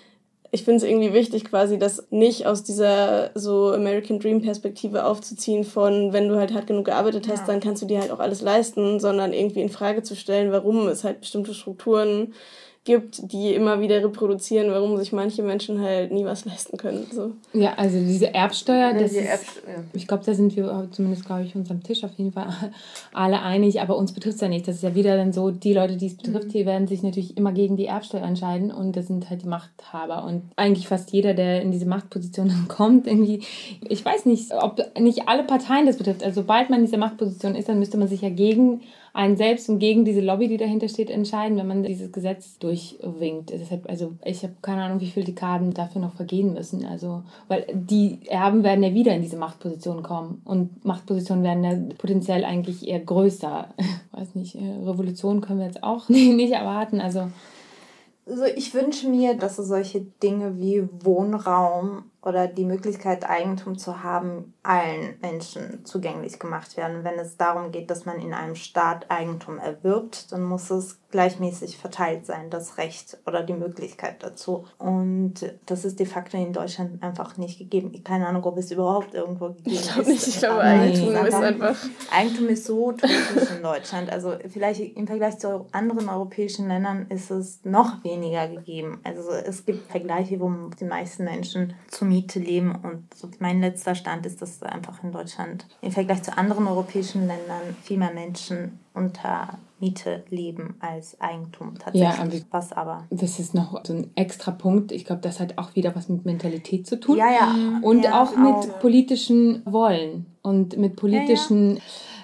ich finde es irgendwie wichtig quasi, das nicht aus dieser so American Dream Perspektive aufzuziehen von, wenn du halt hart genug gearbeitet hast, Ja. dann kannst du dir halt auch alles leisten, sondern irgendwie in Frage zu stellen, warum es halt bestimmte Strukturen gibt, die immer wieder reproduzieren, warum sich manche Menschen halt nie was leisten können. So. Ja, also diese Erbsteuer, Ja, das die ist, Erbst- ja. ich glaube, da sind wir zumindest, glaube ich, unserem Tisch auf jeden Fall alle einig, aber uns betrifft es ja nicht. Das ist ja wieder dann so, die Leute, die es betrifft, die werden sich natürlich immer gegen die Erbsteuer entscheiden und das sind halt die Machthaber und eigentlich fast jeder, der in diese Machtposition dann kommt, irgendwie, ich weiß nicht, ob nicht alle Parteien das betrifft. Also sobald man in dieser Machtposition ist, dann müsste man sich ja gegen einen selbst und gegen diese Lobby, die dahinter steht, entscheiden, wenn man dieses Gesetz durchwinkt. Deshalb, also ich habe keine Ahnung, wie viele Dekaden dafür noch vergehen müssen. Also, weil die Erben werden ja wieder in diese Machtposition kommen und Machtpositionen werden ja potenziell eigentlich eher größer. Weiß nicht, Revolution können wir jetzt auch nicht erwarten. Also Also ich wünsche mir, dass so solche Dinge wie Wohnraum oder die Möglichkeit, Eigentum zu haben, allen Menschen zugänglich gemacht werden. Wenn es darum geht, dass man in einem Staat Eigentum erwirbt, dann muss es gleichmäßig verteilt sein, das Recht oder die Möglichkeit dazu. Und das ist de facto in Deutschland einfach nicht gegeben. Keine Ahnung, ob es überhaupt irgendwo gegeben Ich glaube ist. nicht, ich glaube, Aber Eigentum es ist einfach... Eigentum ist so totisch in Deutschland. Also vielleicht im Vergleich zu anderen europäischen Ländern ist es noch weniger gegeben. Also es gibt Vergleiche, wo die meisten Menschen zur Miete leben. Und so mein letzter Stand ist, dass einfach in Deutschland im Vergleich zu anderen europäischen Ländern viel mehr Menschen unter Miete leben als Eigentum tatsächlich. Ja, aber- was aber... das ist noch so ein extra Punkt. Ich glaube, das hat auch wieder was mit Mentalität zu tun. Ja, ja. Und ja, auch mit politischen Wollen und mit politischen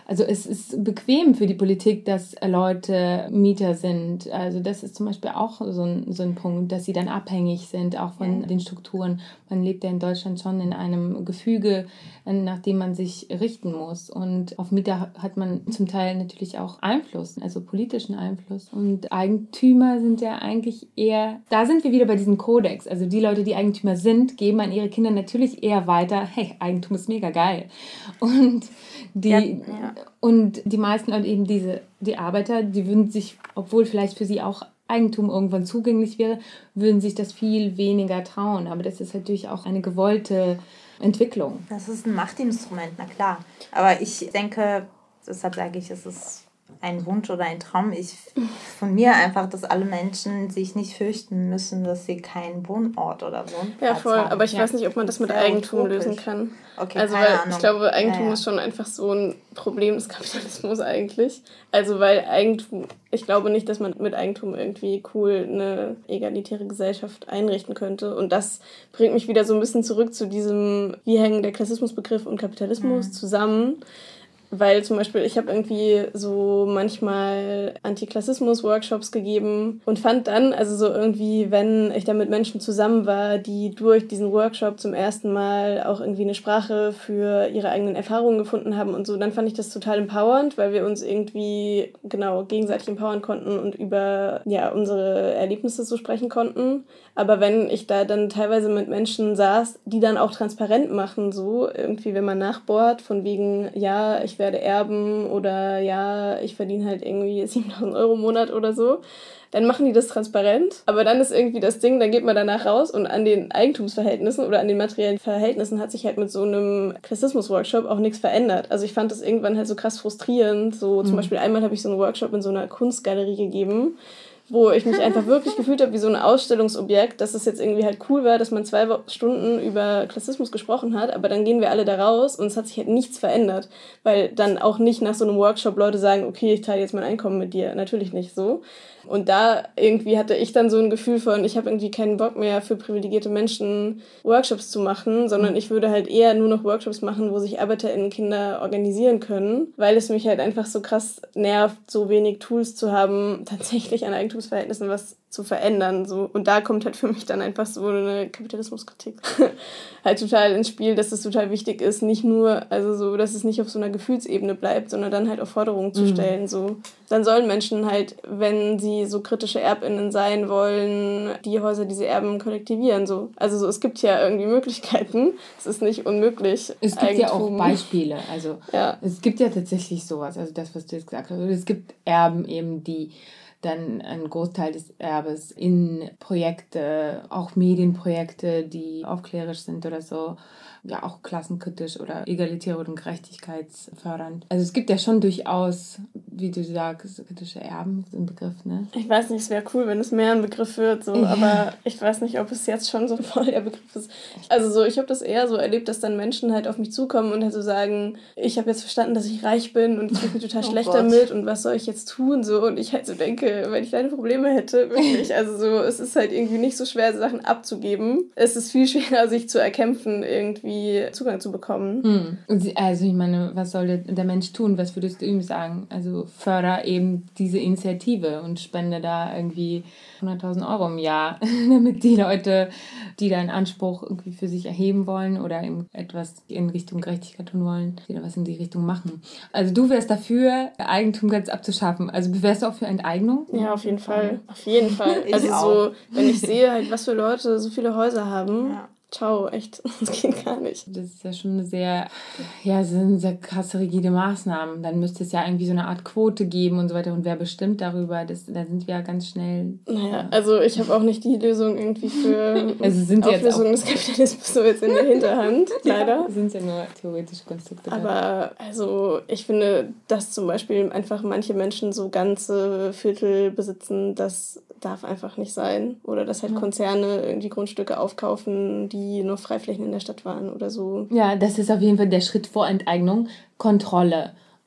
Also es ist bequem für die Politik, dass Leute Mieter sind. Also das ist zum Beispiel auch so ein, so ein Punkt, dass sie dann abhängig sind, auch von den Strukturen. Man lebt ja in Deutschland schon in einem Gefüge, nach dem man sich richten muss. Und auf Mieter hat man zum Teil natürlich auch Einfluss, also politischen Einfluss. Und Eigentümer sind ja eigentlich eher, da sind wir wieder bei diesem Kodex. Also die Leute, die Eigentümer sind, geben an ihre Kinder natürlich eher weiter, hey, Eigentum ist mega geil. Und die, ja, ja. und die meisten Leute eben diese, die Arbeiter, die würden sich, obwohl vielleicht für sie auch Eigentum irgendwann zugänglich wäre, würden sich das viel weniger trauen. Aber das ist natürlich auch eine gewollte Entwicklung. Das ist ein Machtinstrument, na klar. Aber ich denke, deshalb sage ich, es ist ein Wunsch oder ein Traum. Ich von mir einfach, dass alle Menschen sich nicht fürchten müssen, dass sie keinen Wohnort oder Wohnplatz Ja, voll. haben. Aber ich ja. weiß nicht, ob man das mit Eigentum utopisch. lösen kann. Okay, also, keine weil Ahnung. ich glaube, Eigentum ja, ja. ist schon einfach so ein Problem des Kapitalismus eigentlich. Also, weil Eigentum, ich glaube nicht, dass man mit Eigentum irgendwie cool eine egalitäre Gesellschaft einrichten könnte. Und das bringt mich wieder so ein bisschen zurück zu diesem, wie hängen der Klassismusbegriff und Kapitalismus mhm. zusammen. Weil zum Beispiel, ich habe irgendwie so manchmal Antiklassismus-Workshops gegeben und fand dann, also so irgendwie, wenn ich da mit Menschen zusammen war, die durch diesen Workshop zum ersten Mal auch irgendwie eine Sprache für ihre eigenen Erfahrungen gefunden haben und so, dann fand ich das total empowernd, weil wir uns irgendwie, genau, gegenseitig empowern konnten und über, ja, unsere Erlebnisse so sprechen konnten. Aber wenn ich da dann teilweise mit Menschen saß, die dann auch transparent machen, so irgendwie, wenn man nachbohrt, von wegen, ja, ich werde erben oder ja, ich verdiene halt irgendwie siebentausend Euro im Monat oder so, dann machen die das transparent. Aber dann ist irgendwie das Ding, dann geht man danach raus und an den Eigentumsverhältnissen oder an den materiellen Verhältnissen hat sich halt mit so einem Klassismus-Workshop auch nichts verändert. Also ich fand das irgendwann halt so krass frustrierend. So zum mhm. Beispiel einmal habe ich so einen Workshop in so einer Kunstgalerie gegeben, wo ich mich einfach wirklich gefühlt habe wie so ein Ausstellungsobjekt, dass es jetzt irgendwie halt cool war, dass man zwei Stunden über Klassismus gesprochen hat, aber dann gehen wir alle da raus und es hat sich halt nichts verändert, weil dann auch nicht nach so einem Workshop Leute sagen, okay, ich teile jetzt mein Einkommen mit dir. Natürlich nicht so. Und da irgendwie hatte ich dann so ein Gefühl von, ich habe irgendwie keinen Bock mehr für privilegierte Menschen Workshops zu machen, sondern ich würde halt eher nur noch Workshops machen, wo sich ArbeiterInnen-Kinder organisieren können, weil es mich halt einfach so krass nervt, so wenig Tools zu haben, tatsächlich an Eigentumsverhältnissen was zu verändern. So. Und da kommt halt für mich dann einfach so eine Kapitalismuskritik halt total ins Spiel, dass es total wichtig ist, nicht nur, also so, dass es nicht auf so einer Gefühlsebene bleibt, sondern dann halt auch Forderungen zu stellen. Mhm. So. Dann sollen Menschen halt, wenn sie so kritische ErbInnen sein wollen, die Häuser, die sie erben, kollektivieren. So. Also so, es gibt ja irgendwie Möglichkeiten. Es ist nicht unmöglich. Es gibt Eigentum. Ja auch Beispiele. Also ja. Es gibt ja tatsächlich sowas, also das, was du jetzt gesagt hast. Es gibt Erben eben, die dann einen Großteil des Erbes in Projekte, auch Medienprojekte, die aufklärerisch sind oder so, ja auch klassenkritisch oder egalitär und gerechtigkeitsfördernd. Also es gibt ja schon durchaus, wie du sagst, kritische Erben, so ein Begriff, ne? Ich weiß nicht, es wäre cool, wenn es mehr ein Begriff wird, so, ja. Aber ich weiß nicht, ob es jetzt schon so voll der Begriff ist. Also so, ich habe das eher so erlebt, dass dann Menschen halt auf mich zukommen und halt so sagen, ich habe jetzt verstanden, dass ich reich bin und ich fühle mich total oh schlecht Gott. damit und was soll ich jetzt tun, so, und ich halt so denke, wenn ich deine Probleme hätte, wirklich, also so, es ist halt irgendwie nicht so schwer, Sachen abzugeben. Es ist viel schwerer, sich zu erkämpfen, irgendwie Zugang zu bekommen. Hm. Also ich meine, was soll der, der Mensch tun? Was würdest du ihm sagen? Also förder eben diese Initiative und spende da irgendwie hunderttausend Euro im Jahr, damit die Leute, die da einen Anspruch irgendwie für sich erheben wollen oder eben etwas in Richtung Gerechtigkeit tun wollen, die da was in die Richtung machen. Also du wärst dafür, Eigentum ganz abzuschaffen. Also wärst du auch für Enteignung? Ja, auf jeden Fall. Auf jeden Fall. Also so, wenn ich sehe halt, was für Leute so viele Häuser haben, ja. Ciao, echt, das geht gar nicht. Das ist ja schon eine sehr, ja, sind sehr krasse, rigide Maßnahmen. Dann müsste es ja irgendwie so eine Art Quote geben und so weiter. Und wer bestimmt darüber? Das, da sind wir ja ganz schnell... Naja, ja. Also ich habe auch nicht die Lösung irgendwie für also sind Auflösung des Kapitalismus so jetzt in der Hinterhand, leider. Ja, sind ja nur theoretische Konstrukte. Aber also ich finde, dass zum Beispiel einfach manche Menschen so ganze Viertel besitzen, das darf einfach nicht sein. Oder dass halt ja. Konzerne irgendwie Grundstücke aufkaufen, die die nur Freiflächen in der Stadt waren oder so. Ja, das ist auf jeden Fall der Schritt vor Enteignung. Kontrolle.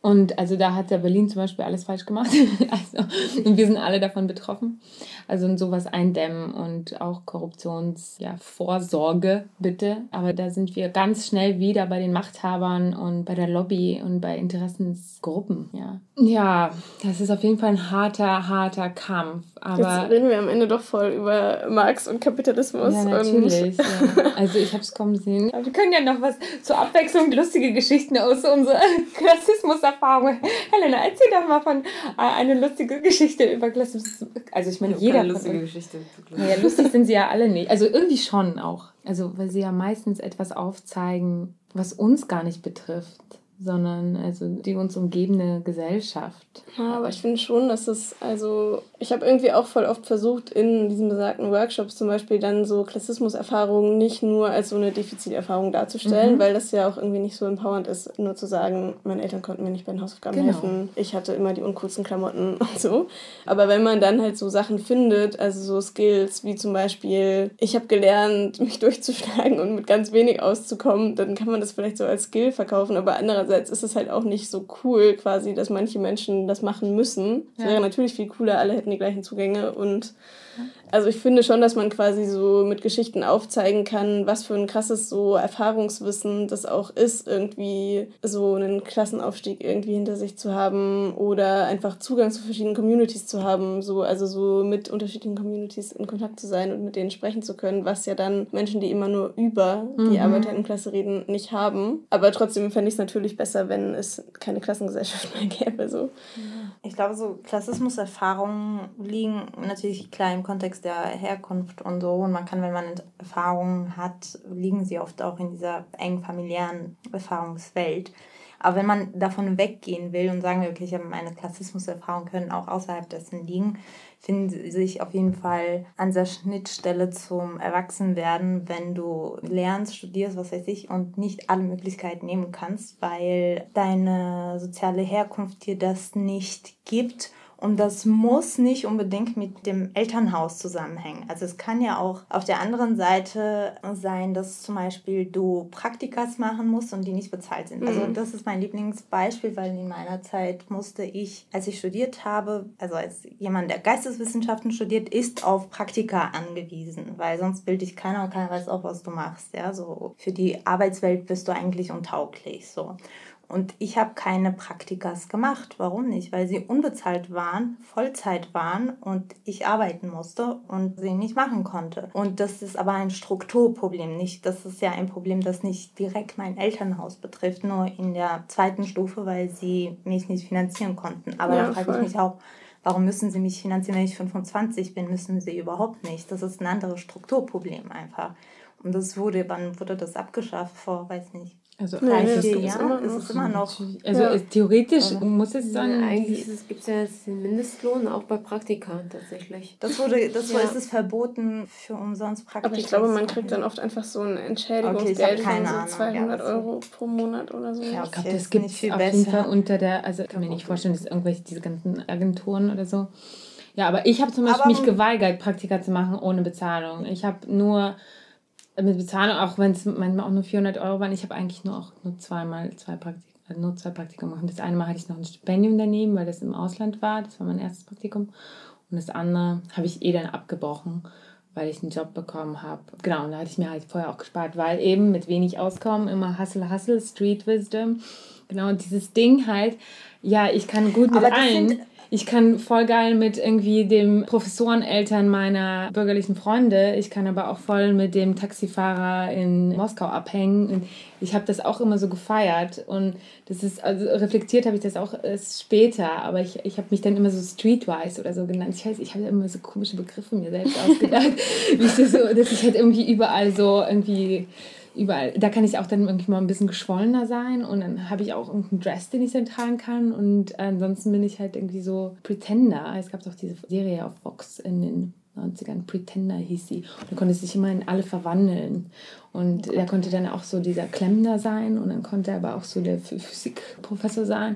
Und also da hat ja Berlin zum Beispiel alles falsch gemacht. Also, und wir sind alle davon betroffen. Also in sowas eindämmen und auch Korruptions, ja, Vorsorge bitte. Aber da sind wir ganz schnell wieder bei den Machthabern und bei der Lobby und bei Interessensgruppen. Ja, ja, das ist auf jeden Fall ein harter, harter Kampf. Aber jetzt reden wir am Ende doch voll über Marx und Kapitalismus. ja, natürlich. Und Ja. Also ich habe es kommen sehen. Aber wir können ja noch was zur Abwechslung, lustige Geschichten aus unserer Klassismus-Erfahrung. Helena, erzähl doch mal von äh, eine lustige Geschichte über Klassismus. Also ich meine, Ich jeder keine von lustige uns. Geschichte. Ja, lustig sind sie ja alle nicht. Also irgendwie schon auch. Also weil sie ja meistens etwas aufzeigen, was uns gar nicht betrifft, sondern also die uns umgebende Gesellschaft. Ja, aber ich finde schon, dass es, also, ich habe irgendwie auch voll oft versucht, in diesen besagten Workshops zum Beispiel dann so Klassismuserfahrungen nicht nur als so eine Defiziterfahrung darzustellen, mhm. weil das ja auch irgendwie nicht so empowernd ist, nur zu sagen, meine Eltern konnten mir nicht bei den Hausaufgaben genau. helfen, ich hatte immer die uncoolsten Klamotten und so. Aber wenn man dann halt so Sachen findet, also so Skills wie zum Beispiel, ich habe gelernt, mich durchzuschlagen und mit ganz wenig auszukommen, dann kann man das vielleicht so als Skill verkaufen, aber andererseits ist es halt auch nicht so cool quasi, dass manche Menschen das machen müssen. Es ja. wäre natürlich viel cooler, alle hätten die gleichen Zugänge und also ich finde schon, dass man quasi so mit Geschichten aufzeigen kann, was für ein krasses so Erfahrungswissen das auch ist, irgendwie so einen Klassenaufstieg irgendwie hinter sich zu haben oder einfach Zugang zu verschiedenen Communities zu haben, so also so mit unterschiedlichen Communities in Kontakt zu sein und mit denen sprechen zu können, was ja dann Menschen, die immer nur über mhm. die Arbeiterinnenklasse reden, nicht haben. Aber trotzdem fände ich es natürlich besser, wenn es keine Klassengesellschaft mehr gäbe. So. Ich glaube, so Klassismuserfahrungen liegen natürlich klar im Kontext der Herkunft und so. Und man kann, wenn man Erfahrungen hat, liegen sie oft auch in dieser engen familiären Erfahrungswelt. Aber wenn man davon weggehen will und sagen will, okay, ich habe meine Klassismuserfahrungen können auch außerhalb dessen liegen, finden sie sich auf jeden Fall an der Schnittstelle zum Erwachsenwerden, wenn du lernst, studierst, was weiß ich, und nicht alle Möglichkeiten nehmen kannst, weil deine soziale Herkunft dir das nicht gibt. Und das muss nicht unbedingt mit dem Elternhaus zusammenhängen. Also es kann ja auch auf der anderen Seite sein, dass zum Beispiel du Praktikas machen musst und die nicht bezahlt sind. Mhm. Also das ist mein Lieblingsbeispiel, weil in meiner Zeit musste ich, als ich studiert habe, also als jemand, der Geisteswissenschaften studiert, ist auf Praktika angewiesen, weil sonst bildet dich keiner und keiner weiß auch, was du machst. Ja, so für die Arbeitswelt bist du eigentlich untauglich. So. Und ich habe keine Praktikas gemacht. Warum nicht? Weil sie unbezahlt waren, Vollzeit waren und ich arbeiten musste und sie nicht machen konnte. Und das ist aber ein Strukturproblem. Nicht, das ist ja ein Problem, das nicht direkt mein Elternhaus betrifft, nur in der zweiten Stufe, weil sie mich nicht finanzieren konnten. Aber ja, da frage ich mich auch, warum müssen sie mich finanzieren, wenn ich fünfundzwanzig bin? Müssen sie überhaupt nicht. Das ist ein anderes Strukturproblem einfach. Und das wurde, wann wurde das abgeschafft? Vor, weiß nicht. Also drei, nee, vier Jahren ist es immer noch. Also ja. theoretisch ja. muss es dann... Ja, eigentlich gibt es ja jetzt den Mindestlohn auch bei Praktika tatsächlich. Das wurde, das ja. ist es verboten für umsonst Praktika. Aber ich glaube, man kriegt dann oft einfach so ein Entschädigungsgeld okay, von so zweihundert ja, Euro pro Monat oder so. Ja, ich glaube, das gibt es auf besser. jeden Fall unter der... Also ich kann mir nicht vorstellen, dass irgendwelche diese ganzen Agenturen oder so... Ja, aber ich habe zum Beispiel aber mich geweigert, Praktika zu machen ohne Bezahlung. Ich habe nur... mit Bezahlung, auch wenn es manchmal auch nur vierhundert Euro waren, ich habe eigentlich nur auch nur zweimal zwei Praktika, also nur zwei Praktika gemacht. Das eine Mal hatte ich noch ein Stipendium daneben, weil das im Ausland war, das war mein erstes Praktikum. Und das andere habe ich eh dann abgebrochen, weil ich einen Job bekommen habe. Genau, und da hatte ich mir halt vorher auch gespart, weil eben mit wenig Auskommen, immer Hustle, Hustle, Street Wisdom. Genau, und dieses Ding halt, ja, ich kann gut mit allen... Ich kann voll geil mit irgendwie dem Professoreneltern meiner bürgerlichen Freunde, ich kann aber auch voll mit dem Taxifahrer in Moskau abhängen. Ich habe das auch immer so gefeiert und das ist, also reflektiert habe ich das auch erst später, aber ich, ich habe mich dann immer so streetwise oder so genannt. Ich weiß, ich habe immer so komische Begriffe mir selbst ausgedacht, wie ich das so, dass ich halt irgendwie überall so irgendwie... Überall, da kann ich auch dann irgendwie mal ein bisschen geschwollener sein und dann habe ich auch irgendeinen Dress, den ich dann tragen kann und ansonsten bin ich halt irgendwie so Pretender. Es gab doch diese Serie auf Vox in den neunzigern, Pretender hieß sie. Und da konnte sich immer in alle verwandeln und da konnte dann auch so dieser Klempner sein und dann konnte er aber auch so der Physikprofessor sein.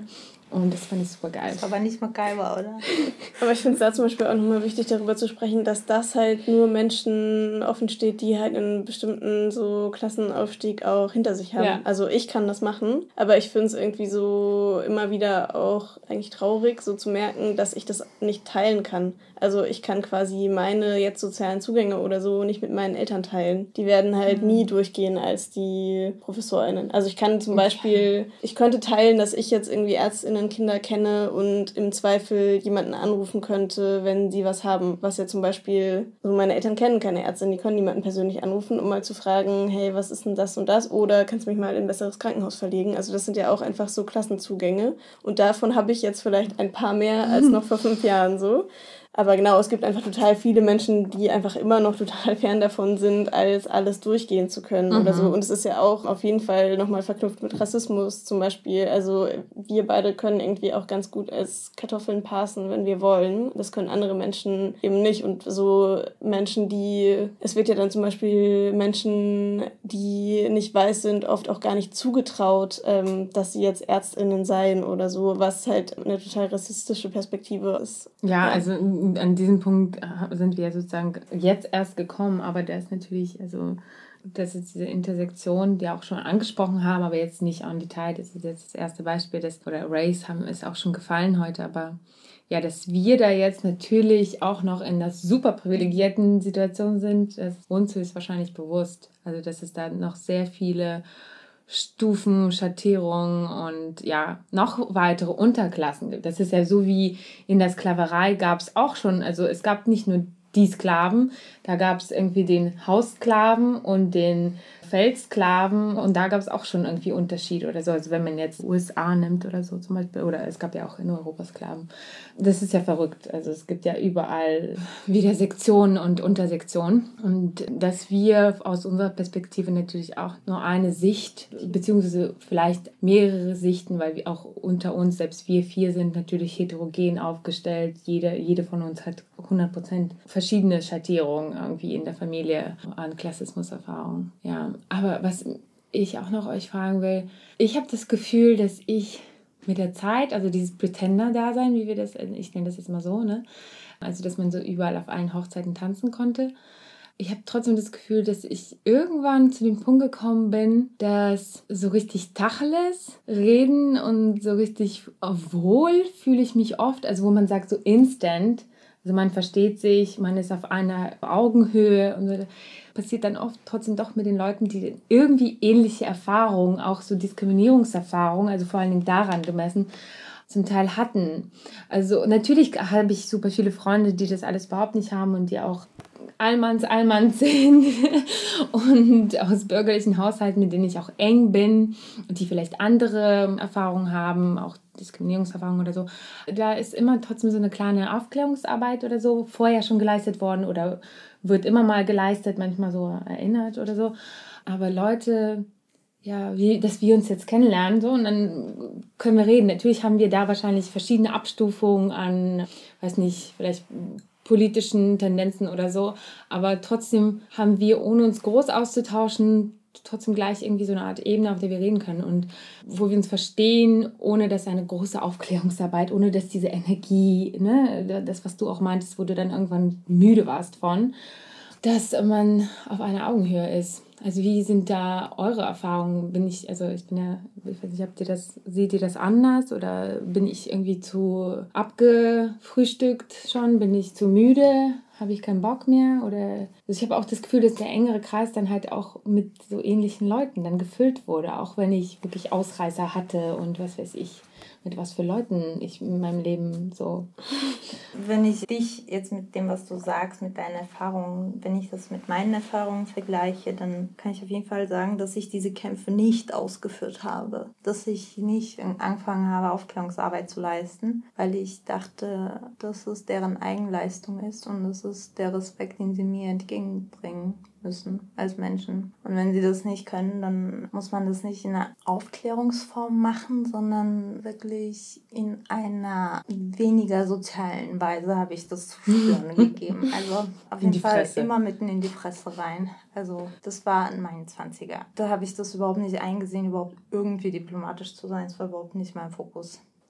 Und das fand ich super geil. Das war aber nicht MacGyver, oder? Aber ich finde es da zum Beispiel auch nochmal wichtig, darüber zu sprechen, dass das halt nur Menschen offen steht, die halt einen bestimmten so Klassenaufstieg auch hinter sich haben. Ja. Also ich kann das machen, aber ich finde es irgendwie so immer wieder auch eigentlich traurig, so zu merken, dass ich das nicht teilen kann. Also ich kann quasi meine jetzt sozialen Zugänge oder so nicht mit meinen Eltern teilen. Die werden halt mhm. nie durchgehen als die ProfessorInnen. Also ich kann zum Beispiel, ich könnte teilen, dass ich jetzt irgendwie ÄrztInnen Kinder kenne und im Zweifel jemanden anrufen könnte, wenn sie was haben, was ja zum Beispiel, also meine Eltern kennen keine Ärztin, die können niemanden persönlich anrufen, um mal zu fragen, hey, was ist denn das und das, oder kannst du mich mal in ein besseres Krankenhaus verlegen? Also das sind ja auch einfach so Klassenzugänge und davon habe ich jetzt vielleicht ein paar mehr als noch vor fünf Jahren so. Aber genau, es gibt einfach total viele Menschen, die einfach immer noch total fern davon sind, als alles durchgehen zu können mhm. oder so. Und es ist ja auch auf jeden Fall nochmal verknüpft mit Rassismus zum Beispiel. Also wir beide können irgendwie auch ganz gut als Kartoffeln parsen, wenn wir wollen. Das können andere Menschen eben nicht. Und so Menschen, die, es wird ja dann zum Beispiel Menschen, die nicht weiß sind, oft auch gar nicht zugetraut, ähm, dass sie jetzt ÄrztInnen seien oder so, was halt eine total rassistische Perspektive ist. Ja, ja. also an diesem Punkt sind wir ja sozusagen jetzt erst gekommen, aber da ist natürlich, also das ist diese Intersektion, die auch schon angesprochen haben, aber jetzt nicht en Detail, das ist jetzt das erste Beispiel, das, oder Race haben, ist auch schon gefallen heute, aber ja, dass wir da jetzt natürlich auch noch in einer super privilegierten Situation sind, das ist uns höchstwahrscheinlich bewusst, also dass es da noch sehr viele Stufen, Schattierungen und ja, noch weitere Unterklassen gibt. Das ist ja so wie in der Sklaverei gab es auch schon, also es gab nicht nur die Sklaven, da gab es irgendwie den Haussklaven und den Feldsklaven und da gab es auch schon irgendwie Unterschiede oder so. Also wenn man jetzt U S A nimmt oder so zum Beispiel, oder es gab ja auch in Europa Sklaven. Das ist ja verrückt. Also es gibt ja überall wieder Sektionen und Untersektionen. Und dass wir aus unserer Perspektive natürlich auch nur eine Sicht, beziehungsweise vielleicht mehrere Sichten, weil wir auch unter uns, selbst wir vier sind natürlich heterogen aufgestellt. Jede, jede von uns hat hundert Prozent verschiedene Schattierungen irgendwie in der Familie an Klassismuserfahrung. Ja. Aber was ich auch noch euch fragen will, ich habe das Gefühl, dass ich mit der Zeit, also dieses Pretender-Dasein, wie wir das, ich nenne das jetzt mal so, ne? Also dass man so überall auf allen Hochzeiten tanzen konnte. Ich habe trotzdem das Gefühl, dass ich irgendwann zu dem Punkt gekommen bin, dass so richtig Tacheles reden und so richtig wohl fühle ich mich oft, also wo man sagt so instant, also man versteht sich, man ist auf einer Augenhöhe und so. Passiert dann oft trotzdem doch mit den Leuten, die irgendwie ähnliche Erfahrungen, auch so Diskriminierungserfahrungen, also vor allen Dingen daran gemessen, zum Teil hatten. Also natürlich habe ich super viele Freunde, die das alles überhaupt nicht haben und die auch Allmanns, Allmanns sind und aus bürgerlichen Haushalten, mit denen ich auch eng bin und die vielleicht andere Erfahrungen haben, auch Diskriminierungserfahrungen oder so. Da ist immer trotzdem so eine kleine Aufklärungsarbeit oder so vorher schon geleistet worden oder wird immer mal geleistet, manchmal so erinnert oder so. Aber Leute, ja, wie, dass wir uns jetzt kennenlernen so und dann können wir reden. Natürlich haben wir da wahrscheinlich verschiedene Abstufungen an, weiß nicht, vielleicht politischen Tendenzen oder so, aber trotzdem haben wir, ohne uns groß auszutauschen, trotzdem gleich irgendwie so eine Art Ebene, auf der wir reden können und wo wir uns verstehen, ohne dass eine große Aufklärungsarbeit, ohne dass diese Energie, ne, das, was du auch meintest, wo du dann irgendwann müde warst von, dass man auf einer Augenhöhe ist. Also wie sind da eure Erfahrungen? Bin ich, also ich bin ja, ich weiß nicht, habt ihr das, seht ihr das anders oder bin ich irgendwie zu abgefrühstückt schon? Bin ich zu müde? Habe ich keinen Bock mehr? Oder also ich habe auch das Gefühl, dass der engere Kreis dann halt auch mit so ähnlichen Leuten dann gefüllt wurde, auch wenn ich wirklich Ausreißer hatte und was weiß ich, mit was für Leuten ich in meinem Leben so. Wenn ich dich jetzt mit dem, was du sagst, mit deinen Erfahrungen, wenn ich das mit meinen Erfahrungen vergleiche, dann kann ich auf jeden Fall sagen, dass ich diese Kämpfe nicht ausgeführt habe. Dass ich nicht angefangen habe, Aufklärungsarbeit zu leisten, weil ich dachte, dass es deren Eigenleistung ist und das ist der Respekt, den sie mir entgegenbringen müssen als Menschen. Und wenn sie das nicht können, dann muss man das nicht in einer Aufklärungsform machen, sondern wirklich in einer weniger sozialen Weise habe ich das zu spüren gegeben. Also auf jeden Fall Fresse. Immer mitten in die Fresse rein. Also das war in meinen zwanziger. Da habe ich das überhaupt nicht eingesehen, überhaupt irgendwie diplomatisch zu sein. Das war überhaupt nicht mein Fokus.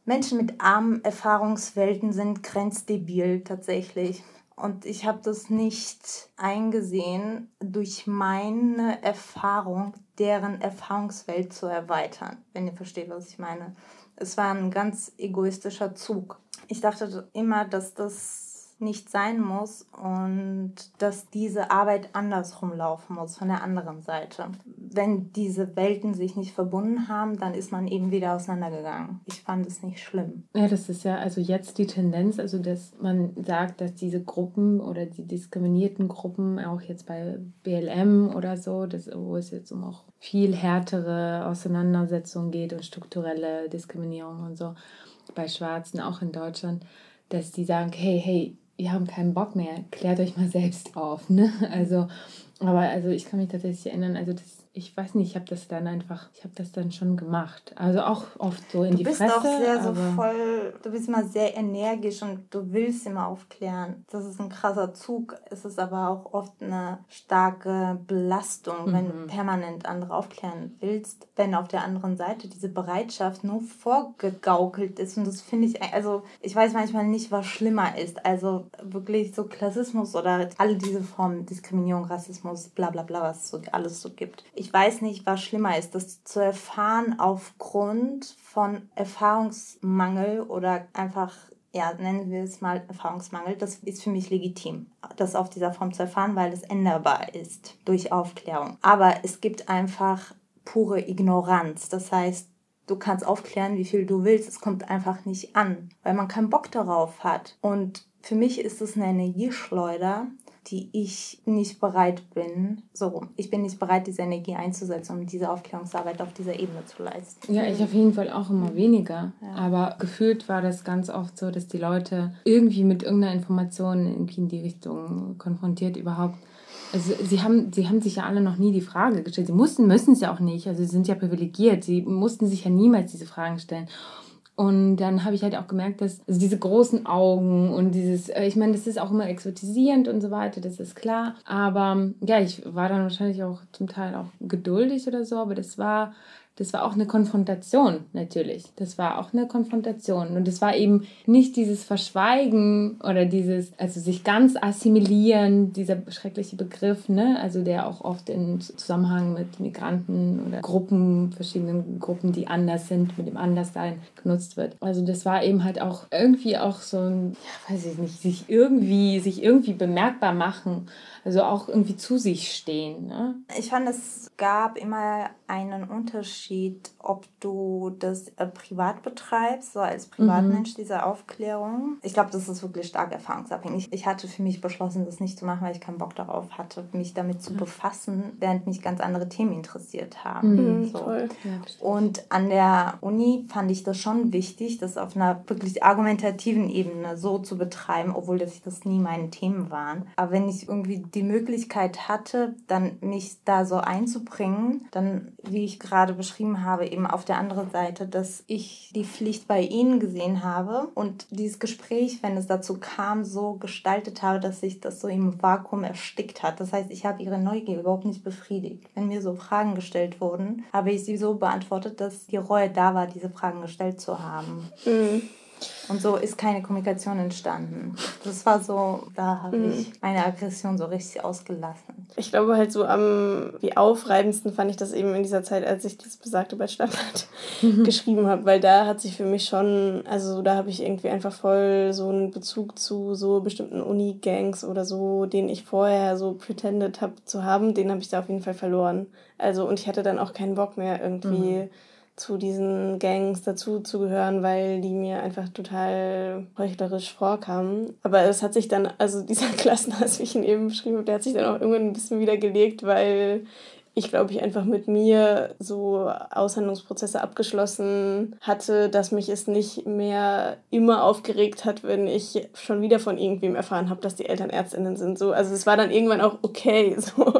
Menschen mit armen Erfahrungswelten sind grenzdebil tatsächlich. Und ich habe das nicht eingesehen, durch meine Erfahrung deren Erfahrungswelt zu erweitern, wenn ihr versteht, was ich meine. Es war ein ganz egoistischer Zug. Ich dachte immer, dass das nicht sein muss und dass diese Arbeit andersrum laufen muss, von der anderen Seite. Wenn diese Welten sich nicht verbunden haben, dann ist man eben wieder auseinandergegangen. Ich fand es nicht schlimm. Ja, das ist ja also jetzt die Tendenz, also dass man sagt, dass diese Gruppen oder die diskriminierten Gruppen, auch jetzt bei B L M oder so, das, wo es jetzt um auch viel härtere Auseinandersetzungen geht und strukturelle Diskriminierung und so, bei Schwarzen, auch in Deutschland, dass die sagen, hey, hey, wir haben keinen Bock mehr, klärt euch mal selbst auf, ne? Also, aber also ich kann mich tatsächlich erinnern, also das, ich weiß nicht, ich habe das dann einfach, ich habe das dann schon gemacht. Also auch oft so in du die bist Fresse. Auch sehr so aber voll, du bist immer sehr energisch und du willst immer aufklären. Das ist ein krasser Zug. Es ist aber auch oft eine starke Belastung, mhm. wenn du permanent andere aufklären willst, wenn auf der anderen Seite diese Bereitschaft nur vorgegaukelt ist. Und das finde ich, also ich weiß manchmal nicht, was schlimmer ist. Also wirklich so Klassismus oder alle diese Formen, Diskriminierung, Rassismus, bla bla bla, was es so alles so gibt. Ich weiß nicht, was schlimmer ist, das zu erfahren aufgrund von Erfahrungsmangel oder einfach, ja, nennen wir es mal Erfahrungsmangel. Das ist für mich legitim, das auf dieser Form zu erfahren, weil es änderbar ist durch Aufklärung. Aber es gibt einfach pure Ignoranz. Das heißt, du kannst aufklären, wie viel du willst. Es kommt einfach nicht an, weil man keinen Bock darauf hat. Und für mich ist es eine Energieschleuder, die ich nicht bereit bin, so rum. Ich bin nicht bereit, diese Energie einzusetzen, um diese Aufklärungsarbeit auf dieser Ebene zu leisten. Ja, ich auf jeden Fall auch immer weniger. Ja. Aber gefühlt war das ganz oft so, dass die Leute irgendwie mit irgendeiner Information irgendwie in die Richtung konfrontiert überhaupt. Also sie haben, sie haben sich ja alle noch nie die Frage gestellt. Sie mussten, müssen es ja auch nicht. Also sie sind ja privilegiert. Sie mussten sich ja niemals diese Fragen stellen. Und dann habe ich halt auch gemerkt, dass also diese großen Augen und dieses, ich meine, das ist auch immer exotisierend und so weiter, das ist klar. Aber ja, ich war dann wahrscheinlich auch zum Teil auch geduldig oder so, aber das war, das war auch eine Konfrontation natürlich. Das war auch eine Konfrontation. Und es war eben nicht dieses Verschweigen oder dieses, also sich ganz assimilieren, dieser schreckliche Begriff, ne? Also der auch oft im Zusammenhang mit Migranten oder Gruppen, verschiedenen Gruppen, die anders sind, mit dem Anderssein genutzt wird. Also das war eben halt auch irgendwie auch so ein, ja, weiß ich nicht, sich irgendwie, sich irgendwie bemerkbar machen. Also auch irgendwie zu sich stehen. Ne? Ich fand, es gab immer einen Unterschied, ob du das äh, privat betreibst, so als Privatmensch, mhm. diese Aufklärung. Ich glaube, das ist wirklich stark erfahrungsabhängig. Ich hatte für mich beschlossen, das nicht zu machen, weil ich keinen Bock darauf hatte, mich damit zu mhm. befassen, während mich ganz andere Themen interessiert haben. Mhm, so. Toll. Und an der Uni fand ich das schon wichtig, das auf einer wirklich argumentativen Ebene so zu betreiben, obwohl das, das nie meine Themen waren. Aber wenn ich irgendwie die Möglichkeit hatte, dann mich da so einzubringen, dann, wie ich gerade beschrieben habe, eben auf der anderen Seite, dass ich die Pflicht bei ihnen gesehen habe und dieses Gespräch, wenn es dazu kam, so gestaltet habe, dass sich das so im Vakuum erstickt hat. Das heißt, ich habe ihre Neugier überhaupt nicht befriedigt. Wenn mir so Fragen gestellt wurden, habe ich sie so beantwortet, dass die Reue da war, diese Fragen gestellt zu haben. Mhm. Und so ist keine Kommunikation entstanden. Das war so, da habe mhm. ich meine Aggression so richtig ausgelassen. Ich glaube halt so am wie aufreibendsten fand ich das eben in dieser Zeit, als ich das besagte Bachelorarbeit mhm. geschrieben habe, weil da hat sich für mich schon, also da habe ich irgendwie einfach voll so einen Bezug zu so bestimmten Uni-Gangs oder so, den ich vorher so pretended habe zu haben, den habe ich da auf jeden Fall verloren. Also und ich hatte dann auch keinen Bock mehr irgendwie mhm. zu diesen Gangs dazu zu gehören, weil die mir einfach total heuchlerisch vorkamen. Aber es hat sich dann, also dieser Klassenhass, wie ich ihn eben beschrieben habe, der hat sich dann auch irgendwann ein bisschen wieder gelegt, weil ich glaube, ich einfach mit mir so Aushandlungsprozesse abgeschlossen hatte, dass mich es nicht mehr immer aufgeregt hat, wenn ich schon wieder von irgendwem erfahren habe, dass die Eltern ÄrztInnen sind. So, also es war dann irgendwann auch okay, so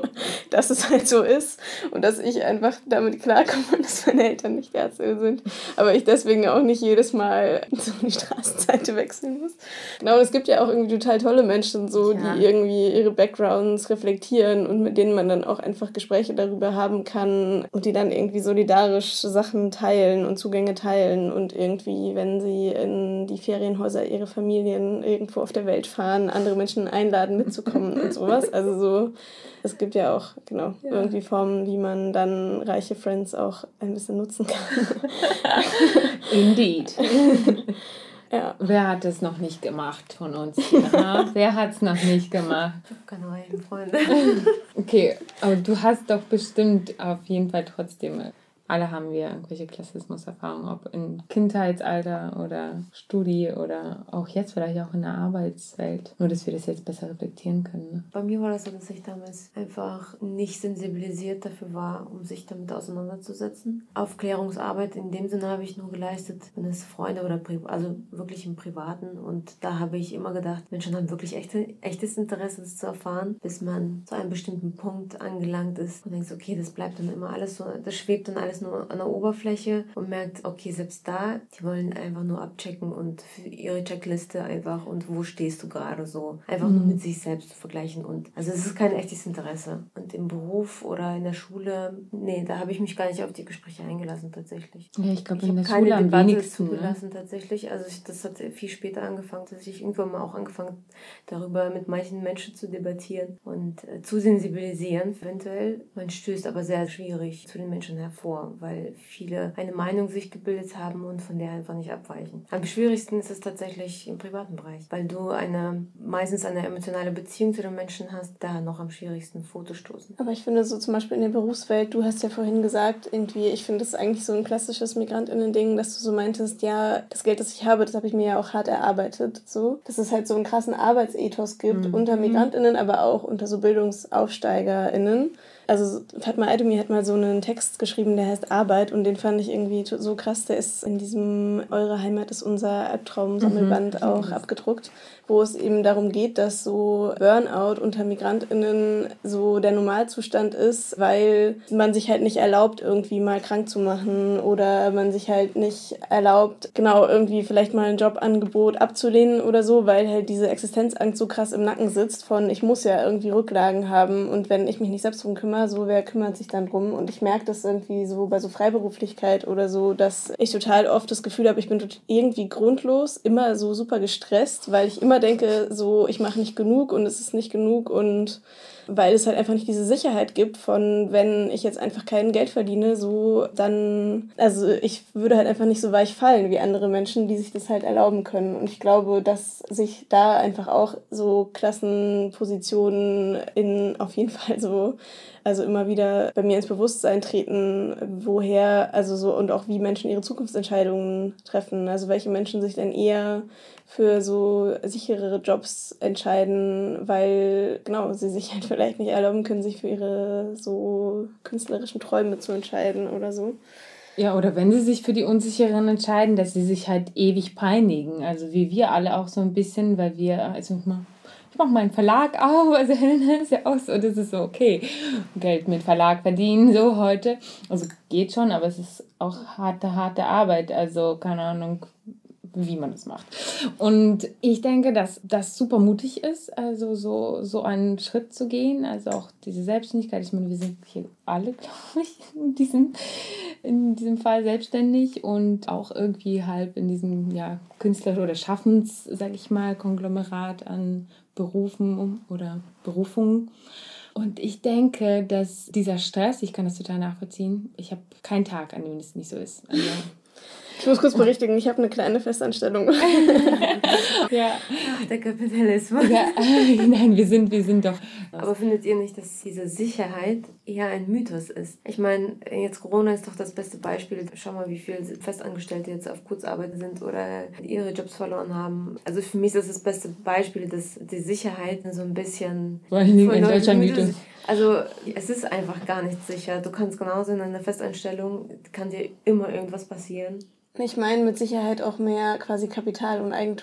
dass es halt so ist und dass ich einfach damit klarkomme, dass meine Eltern nicht Ärzte sind. Aber ich deswegen auch nicht jedes Mal so die Straßenseite wechseln muss. Genau, und es gibt ja auch irgendwie total tolle Menschen, so, ja. die irgendwie ihre Backgrounds reflektieren und mit denen man dann auch einfach Gespräche darüber haben kann und die dann irgendwie solidarisch Sachen teilen und Zugänge teilen und irgendwie, wenn sie in die Ferienhäuser ihrer Familien irgendwo auf der Welt fahren, andere Menschen einladen mitzukommen und sowas. Also so, es gibt ja auch genau ja. irgendwie Formen, wie man dann reiche Friends auch ein bisschen nutzen kann. Indeed. Ja. Wer hat es noch nicht gemacht von uns hier? Ha? Wer hat es noch nicht gemacht? Ich habe keine reichen Freunde. Okay, aber du hast doch bestimmt auf jeden Fall trotzdem... Alle haben wir irgendwelche Klassismuserfahrungen, ob im Kindheitsalter oder Studi oder auch jetzt vielleicht auch in der Arbeitswelt. Nur, dass wir das jetzt besser reflektieren können. Ne? Bei mir war das so, dass ich damals einfach nicht sensibilisiert dafür war, um sich damit auseinanderzusetzen. Aufklärungsarbeit in dem Sinne habe ich nur geleistet, wenn es Freunde oder Pri- also wirklich im Privaten. Und da habe ich immer gedacht, Menschen haben wirklich echte, echtes Interesse, das zu erfahren, bis man zu einem bestimmten Punkt angelangt ist und denkst, okay, das bleibt dann immer alles so, das schwebt dann alles nur an der Oberfläche und merkt, okay, selbst da, die wollen einfach nur abchecken und für ihre Checkliste einfach und wo stehst du gerade so. Einfach mhm. nur mit sich selbst zu vergleichen und also es ist kein echtes Interesse. Und im Beruf oder in der Schule, nee, da habe ich mich gar nicht auf die Gespräche eingelassen tatsächlich. Ja, ich glaube in der keine Schule am Debatte wenigsten zugelassen ne? tatsächlich. Also ich, das hat viel später angefangen, dass ich irgendwann mal auch angefangen darüber mit manchen Menschen zu debattieren und äh, zu sensibilisieren eventuell. Man stößt aber sehr schwierig zu den Menschen hervor, weil viele eine Meinung sich gebildet haben und von der einfach nicht abweichen. Am schwierigsten ist es tatsächlich im privaten Bereich, weil du eine meistens eine emotionale Beziehung zu den Menschen hast, da noch am schwierigsten vorzustoßen. Aber ich finde so zum Beispiel in der Berufswelt, du hast ja vorhin gesagt, irgendwie, ich finde das eigentlich so ein klassisches MigrantInnen-Ding, dass du so meintest, ja, das Geld, das ich habe, das habe ich mir ja auch hart erarbeitet, so. Dass es halt so einen krassen Arbeitsethos gibt, mhm. unter MigrantInnen, aber auch unter so BildungsaufsteigerInnen. Also Fatma Aydemir hat mal so einen Text geschrieben, der heißt Arbeit und den fand ich irgendwie so krass. Der ist in diesem Eure Heimat ist unser Albtraum-Sammelband mhm. auch abgedruckt, wo es eben darum geht, dass so Burnout unter MigrantInnen so der Normalzustand ist, weil man sich halt nicht erlaubt, irgendwie mal krank zu machen oder man sich halt nicht erlaubt, genau, irgendwie vielleicht mal ein Jobangebot abzulehnen oder so, weil halt diese Existenzangst so krass im Nacken sitzt von, ich muss ja irgendwie Rücklagen haben und wenn ich mich nicht selbst drum kümmere, so wer kümmert sich dann drum? Und ich merke das irgendwie so bei so Freiberuflichkeit oder so, dass ich total oft das Gefühl habe, ich bin irgendwie grundlos, immer so super gestresst, weil ich immer denke, so ich mache nicht genug und es ist nicht genug und weil es halt einfach nicht diese Sicherheit gibt von, wenn ich jetzt einfach kein Geld verdiene, so dann, also ich würde halt einfach nicht so weich fallen wie andere Menschen, die sich das halt erlauben können. Und ich glaube, dass sich da einfach auch so Klassenpositionen in auf jeden Fall so, also immer wieder bei mir ins Bewusstsein treten, woher, also so und auch wie Menschen ihre Zukunftsentscheidungen treffen. Also welche Menschen sich dann eher für so sicherere Jobs entscheiden, weil genau sie sich halt vielleicht nicht erlauben können, sich für ihre so künstlerischen Träume zu entscheiden oder so. Ja, oder wenn sie sich für die Unsicheren entscheiden, dass sie sich halt ewig peinigen. Also wie wir alle auch so ein bisschen, weil wir, also ich mach, ich mach meinen Verlag auf, also das ist ja auch so, das ist so okay, Geld mit Verlag verdienen, so heute. Also geht schon, aber es ist auch harte, harte Arbeit, also keine Ahnung, wie man das macht. Und ich denke, dass das super mutig ist, also so, so einen Schritt zu gehen, also auch diese Selbstständigkeit. Ich meine, wir sind hier alle, glaube ich, in diesem, in diesem Fall selbstständig und auch irgendwie halb in diesem ja, Künstler- oder Schaffens, sag ich mal, Konglomerat an Berufen oder Berufungen. Und ich denke, dass dieser Stress, ich kann das total nachvollziehen, ich habe keinen Tag, an dem es nicht so ist. Also, ich muss kurz berichtigen, ich habe eine kleine Festanstellung. Ja. Ach, der Kapitalismus. Ja, nein, wir sind, wir sind doch... Aber findet ihr nicht, dass diese Sicherheit eher ein Mythos ist? Ich meine, jetzt Corona ist doch das beste Beispiel. Schau mal, wie viele Festangestellte jetzt auf Kurzarbeit sind oder ihre Jobs verloren haben. Also für mich ist das das beste Beispiel, dass die Sicherheit so ein bisschen... Vor allen Dingen in Deutschland Mythos. Also es ist einfach gar nicht sicher. Du kannst genauso in einer Festanstellung, kann dir immer irgendwas passieren. Ich meine mit Sicherheit auch mehr quasi Kapital und Eigentum.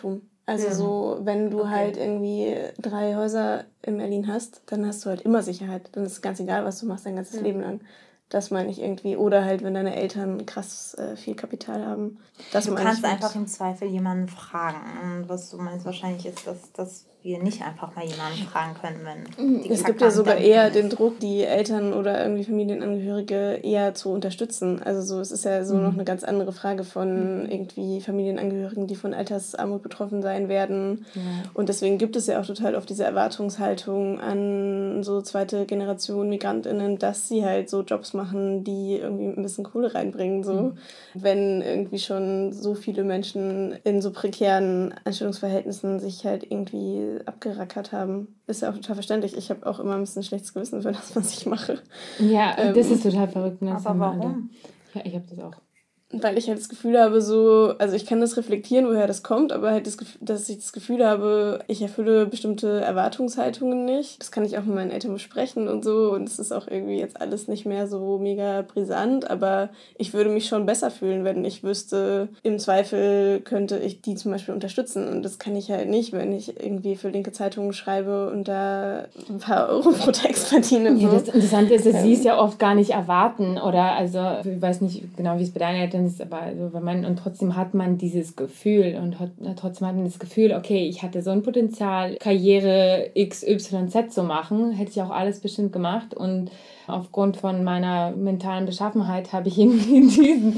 Also Ja. so, wenn du Okay. halt irgendwie drei Häuser in Berlin hast, dann hast du halt immer Sicherheit. Dann ist es ganz egal, was du machst dein ganzes Ja. Leben lang. Das meine ich irgendwie. Oder halt, wenn deine Eltern krass äh, viel Kapital haben. Das Du meine kannst ich mit- einfach im Zweifel jemanden fragen. Und was du meinst wahrscheinlich ist, dass, dass wir nicht einfach mal jemanden fragen können, wenn die Es gibt Kacke ja am sogar Dampfen eher ist. den Druck, die Eltern oder irgendwie Familienangehörige eher zu unterstützen. Also so, es ist ja so noch eine ganz andere Frage von irgendwie Familienangehörigen, die von Altersarmut betroffen sein werden. Ja. Und deswegen gibt es ja auch total oft diese Erwartungshaltung an so zweite Generation MigrantInnen, dass sie halt so Jobs machen, die irgendwie ein bisschen Kohle reinbringen. So. Mhm. Wenn irgendwie schon so viele Menschen in so prekären Anstellungsverhältnissen sich halt irgendwie abgerackert haben. Ist ja auch total verständlich. Ich habe auch immer ein bisschen schlechtes Gewissen für das, was ich mache. Ja, Ähm, das ist total verrückt. Ne? Das Aber haben wir alle. warum? Ja, ich habe das auch. Weil ich halt das Gefühl habe, so, also ich kann das reflektieren, woher das kommt, aber halt, das, Gef- dass ich das Gefühl habe, ich erfülle bestimmte Erwartungshaltungen nicht. Das kann ich auch mit meinen Eltern besprechen und so. Und es ist auch irgendwie jetzt alles nicht mehr so mega brisant, aber ich würde mich schon besser fühlen, wenn ich wüsste, im Zweifel könnte ich die zum Beispiel unterstützen. Und das kann ich halt nicht, wenn ich irgendwie für linke Zeitungen schreibe und da ein paar Euro pro Text verdiene. Ja, So. das Interessante ist, dass sie Ähm. es ja oft gar nicht erwarten oder also ich weiß nicht genau, wie es bei deinen Eltern ist, aber also wenn man und trotzdem hat man dieses Gefühl und hat, trotzdem hat man das Gefühl, okay, ich hatte so ein Potenzial, Karriere X Y Z zu machen, hätte ich auch alles bestimmt gemacht und aufgrund von meiner mentalen Beschaffenheit habe ich irgendwie diesen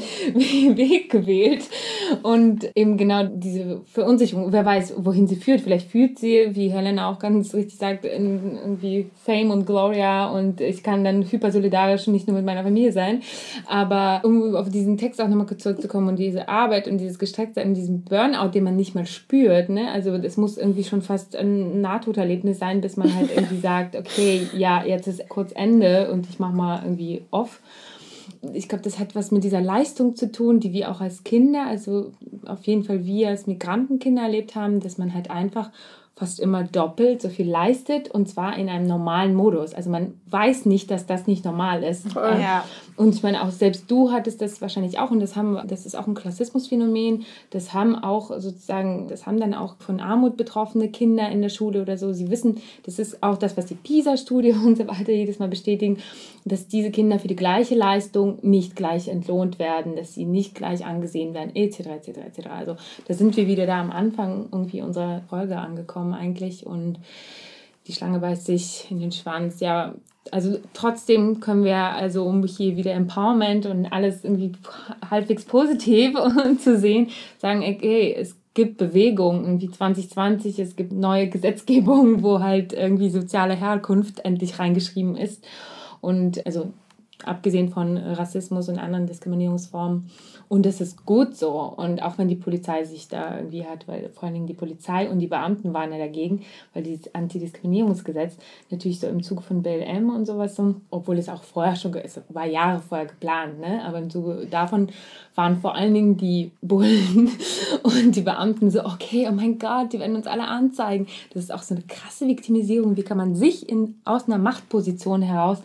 Weg gewählt und eben genau diese Verunsicherung, wer weiß, wohin sie führt. Vielleicht führt sie, wie Helena auch ganz richtig sagt, in irgendwie Fame und Gloria und ich kann dann hypersolidarisch nicht nur mit meiner Familie sein. Aber um auf diesen Text auch nochmal zurückzukommen und diese Arbeit und dieses Gestrecktsein, diesen Burnout, den man nicht mal spürt, ne? Also es muss irgendwie schon fast ein Nahtoderlebnis sein, bis man halt irgendwie sagt, okay, ja, jetzt ist kurz Ende und ich mache mal irgendwie off. Ich glaube, das hat was mit dieser Leistung zu tun, die wir auch als Kinder, also auf jeden Fall wir als Migrantenkinder erlebt haben, dass man halt einfach fast immer doppelt so viel leistet und zwar in einem normalen Modus. Also man weiß nicht, dass das nicht normal ist. Voll. Ja. Und ich meine, auch selbst du hattest das wahrscheinlich auch und das haben, das ist auch ein Klassismusphänomen. Das haben auch sozusagen, das haben dann auch von Armut betroffene Kinder in der Schule oder so. Sie wissen, das ist auch das, was die PISA-Studie und so weiter jedes Mal bestätigen, dass diese Kinder für die gleiche Leistung nicht gleich entlohnt werden, dass sie nicht gleich angesehen werden, et cetera, et cetera, et cetera. Also da sind wir wieder da am Anfang irgendwie unserer Folge angekommen eigentlich und die Schlange beißt sich in den Schwanz. Ja, also trotzdem können wir, also um hier wieder Empowerment und alles irgendwie halbwegs positiv zu sehen, sagen, okay, es gibt Bewegung, irgendwie zwanzig zwanzig, es gibt neue Gesetzgebung, wo halt irgendwie soziale Herkunft endlich reingeschrieben ist. Und also abgesehen von Rassismus und anderen Diskriminierungsformen. Und das ist gut so. Und auch wenn die Polizei sich da irgendwie hat, weil vor allen Dingen die Polizei und die Beamten waren ja dagegen, weil dieses Antidiskriminierungsgesetz natürlich so im Zuge von B L M und sowas, so, obwohl es auch vorher schon, es war Jahre vorher geplant, ne? Aber im Zuge davon waren vor allen Dingen die Bullen und die Beamten so, okay, oh mein Gott, die werden uns alle anzeigen. Das ist auch so eine krasse Viktimisierung. Wie kann man sich in, aus einer Machtposition heraus